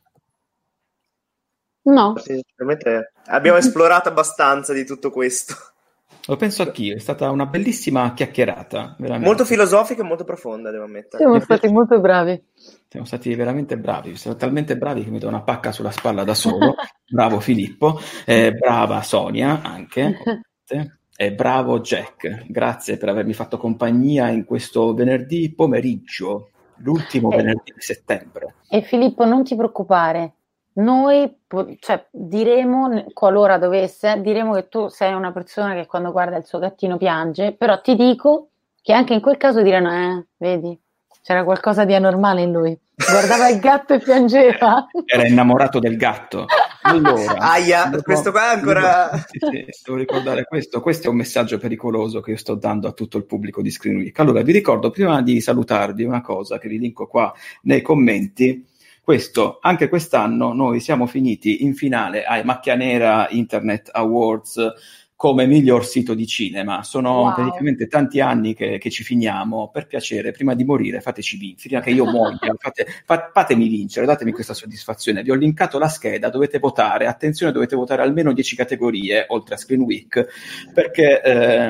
No. Sinceramente abbiamo esplorato abbastanza di tutto questo. Lo penso anch'io, è stata una bellissima chiacchierata. Veramente. Molto filosofica e molto profonda, devo ammettere. Siamo stati molto bravi. Siamo stati veramente bravi, siamo talmente bravi che mi do una pacca sulla spalla da solo. Bravo Filippo, brava Sonia anche, e bravo Jack, grazie per avermi fatto compagnia in questo venerdì pomeriggio, l'ultimo venerdì di settembre. E Filippo, non ti preoccupare, noi diremo, qualora dovesse, diremo che tu sei una persona che quando guarda il suo gattino piange, però ti dico che anche in quel caso diranno, vedi, c'era qualcosa di anormale in lui, guardava il gatto e piangeva. Era innamorato del gatto. Allora, questo qua è ancora... devo ricordare questo è un messaggio pericoloso che io sto dando a tutto il pubblico di Screen Week. Allora, vi ricordo, prima di salutarvi, una cosa che vi linko qua nei commenti. Anche quest'anno noi siamo finiti in finale ai Macchia Nera Internet Awards come miglior sito di cinema. Sono praticamente tanti anni che ci finiamo. Per piacere, prima di morire fateci vincere, prima che io muoia, fatemi vincere, datemi questa soddisfazione. Vi ho linkato la scheda, dovete votare, attenzione, dovete votare almeno 10 categorie oltre a Screen Week, perché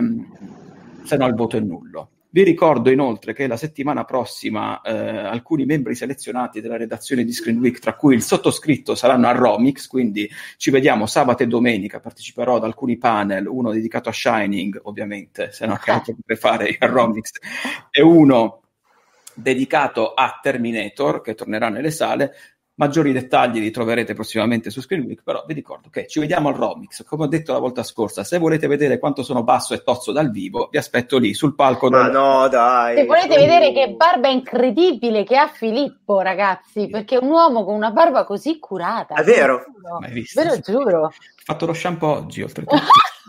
se no il voto è nullo. Vi ricordo inoltre che la settimana prossima alcuni membri selezionati della redazione di Screen Week, tra cui il sottoscritto, saranno a Romix, quindi ci vediamo sabato e domenica, parteciperò ad alcuni panel, uno dedicato a Shining, ovviamente, se no che altro potrei fare a Romix, e uno dedicato a Terminator, che tornerà nelle sale. Maggiori dettagli li troverete prossimamente su Screen Week, però vi ricordo che ci vediamo al Romix. Come ho detto la volta scorsa, se volete vedere quanto sono basso e tozzo dal vivo, vi aspetto lì sul palco. Ma no, dai! Se volete vedere che barba incredibile che ha Filippo, ragazzi, perché è un uomo con una barba così curata. È vero. Mai visto? Ve lo giuro. Ho fatto lo shampoo oggi, oltretutto.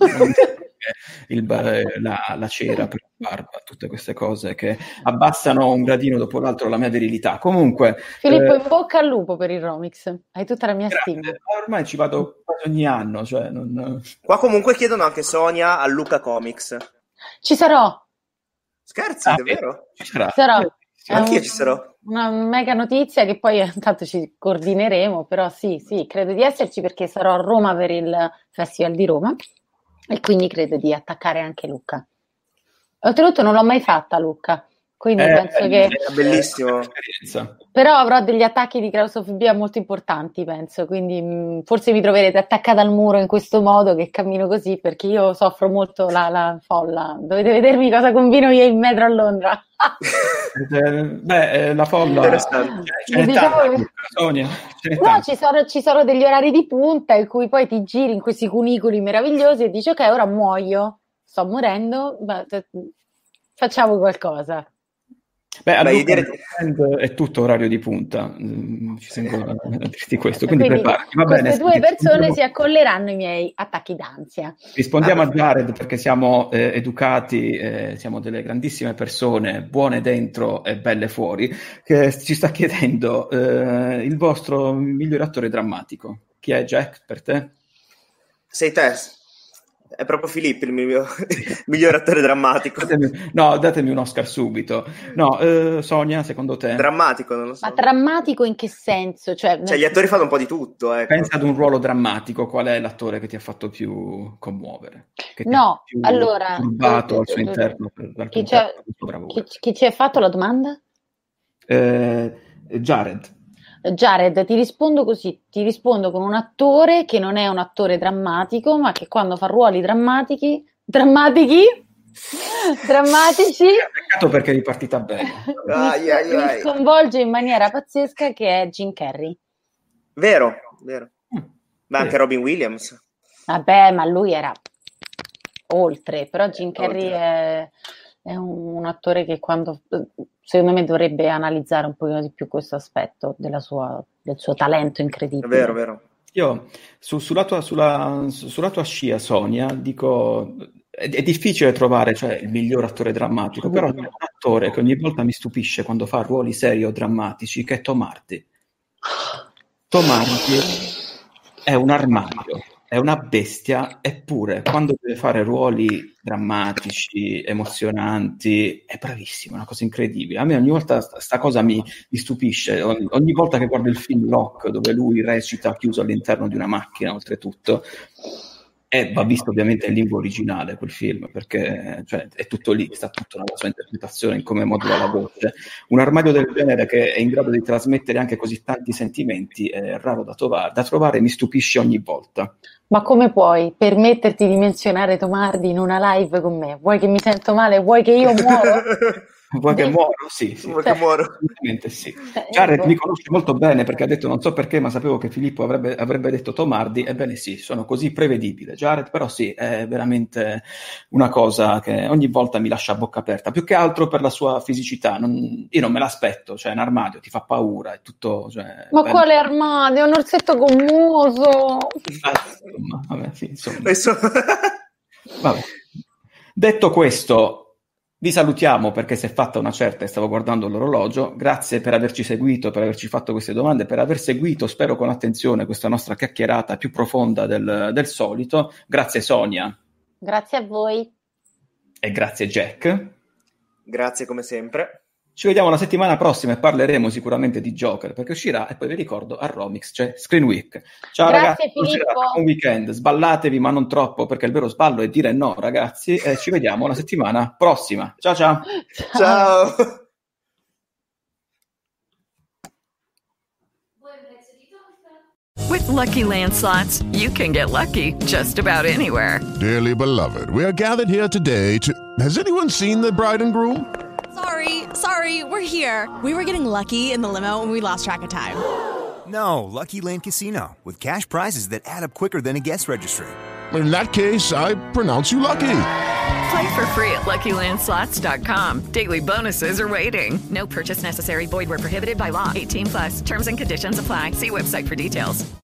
La cera per la barba, tutte queste cose che abbassano un gradino dopo l'altro la mia virilità. Comunque, Filippo, in bocca al lupo per il Romix, hai tutta la mia stima. Ormai ci vado quasi ogni anno, cioè Qua comunque chiedono anche Sonia a Luca Comics. Ci sarò. Scherzi, davvero? Ci sarà. Anch'io ci sarò. Una mega notizia che poi intanto ci coordineremo, però sì, credo di esserci perché sarò a Roma per il Festival di Roma e quindi credo di attaccare anche Luca. Oltretutto non l'ho mai fatta, Luca. Quindi penso che è bellissimo. Però avrò degli attacchi di claustrofobia molto importanti, penso, quindi forse mi troverete attaccata al muro in questo modo che cammino così, perché io soffro molto la folla. Dovete vedermi cosa combino io in metro a Londra. La folla Sonia, ci sono degli orari di punta in cui poi ti giri in questi cunicoli meravigliosi e dici ok, ora muoio, sto morendo, ma facciamo qualcosa. È tutto orario di punta, ci tengo a dirti questo, quindi preparati. Va bene, queste due persone si accolleranno i miei attacchi d'ansia. Rispondiamo a Jared perché siamo educati, siamo delle grandissime persone, buone dentro e belle fuori, che ci sta chiedendo il vostro miglior attore drammatico. Chi è, Jack, per te? Sei te. È proprio Filippo il mio miglior attore drammatico. Datemi un Oscar subito. No, Sonia, secondo te? Drammatico, non lo so. Ma drammatico in che senso? Cioè gli attori fanno un po' di tutto. Ecco. Pensa ad un ruolo drammatico, qual è l'attore che ti ha fatto più commuovere? Che no, più allora... turbato al suo interno? Chi ci ha fatto la domanda? Jared, ti rispondo così, ti rispondo con un attore che non è un attore drammatico, ma che quando fa ruoli drammatici, peccato perché è ripartita bene. mi sconvolge in maniera pazzesca, che è Jim Carrey. Vero. Ma anche Robin Williams. Vabbè, ma lui era oltre, però Jim Carrey è un attore che secondo me dovrebbe analizzare un pochino di più questo aspetto del suo talento incredibile. È vero. Io sulla tua scia, Sonia, dico è difficile trovare il miglior attore drammatico, però c'è un attore che ogni volta mi stupisce quando fa ruoli seri o drammatici, che è Tom Hardy. Tom Hardy è un armadio, è una bestia, eppure quando deve fare ruoli drammatici, emozionanti, è bravissimo, è una cosa incredibile. A me ogni volta sta cosa mi stupisce, ogni volta che guardo il film Locke, dove lui recita chiuso all'interno di una macchina, oltretutto, e va visto ovviamente in lingua originale quel film, perché è tutto lì, sta tutto nella sua interpretazione, in come modula la voce. Un armadio del genere che è in grado di trasmettere anche così tanti sentimenti è raro da trovare, mi stupisce ogni volta. Ma come puoi permetterti di menzionare Tom Hardy in una live con me? Vuoi che mi sento male? Vuoi che io muoro? Vuoi che muoro? Sì. Vuoi che muoro? Assolutamente sì. Jared mi conosce molto bene perché ha detto, non so perché, ma sapevo che Filippo avrebbe detto Tom Hardy. Ebbene sì, sono così prevedibile, Jared, però sì, è veramente una cosa che ogni volta mi lascia a bocca aperta, più che altro per la sua fisicità. Io non me l'aspetto, un armadio ti fa paura, è tutto... ma bello. Quale armadio? Un orsetto gommoso! Vabbè, sì, insomma. Vabbè. Detto questo, vi salutiamo perché si è fatta una certa e stavo guardando l'orologio. Grazie per averci seguito, per averci fatto queste domande, per aver seguito, spero con attenzione, questa nostra chiacchierata più profonda del solito. Grazie Sonia. Grazie a voi. E grazie Jack. Grazie come sempre. Ci vediamo la settimana prossima e parleremo sicuramente di Joker, perché uscirà, e poi vi ricordo, a Romix c'è Screen Week. Ciao grazie, ragazzi, buon weekend, sballatevi ma non troppo, perché il vero sballo è dire no, ragazzi, e ci vediamo la settimana prossima. Ciao. With Lucky Land Slots, you can get lucky just about anywhere. Dearly beloved, we are gathered here today to... Has anyone seen the bride and groom? Sorry, we're here. We were getting lucky in the limo and we lost track of time. No, Lucky Land Casino, with cash prizes that add up quicker than a guest registry. In that case, I pronounce you lucky. Play for free at LuckyLandSlots.com. Daily bonuses are waiting. No purchase necessary. Void where prohibited by law. 18+. Terms and conditions apply. See website for details.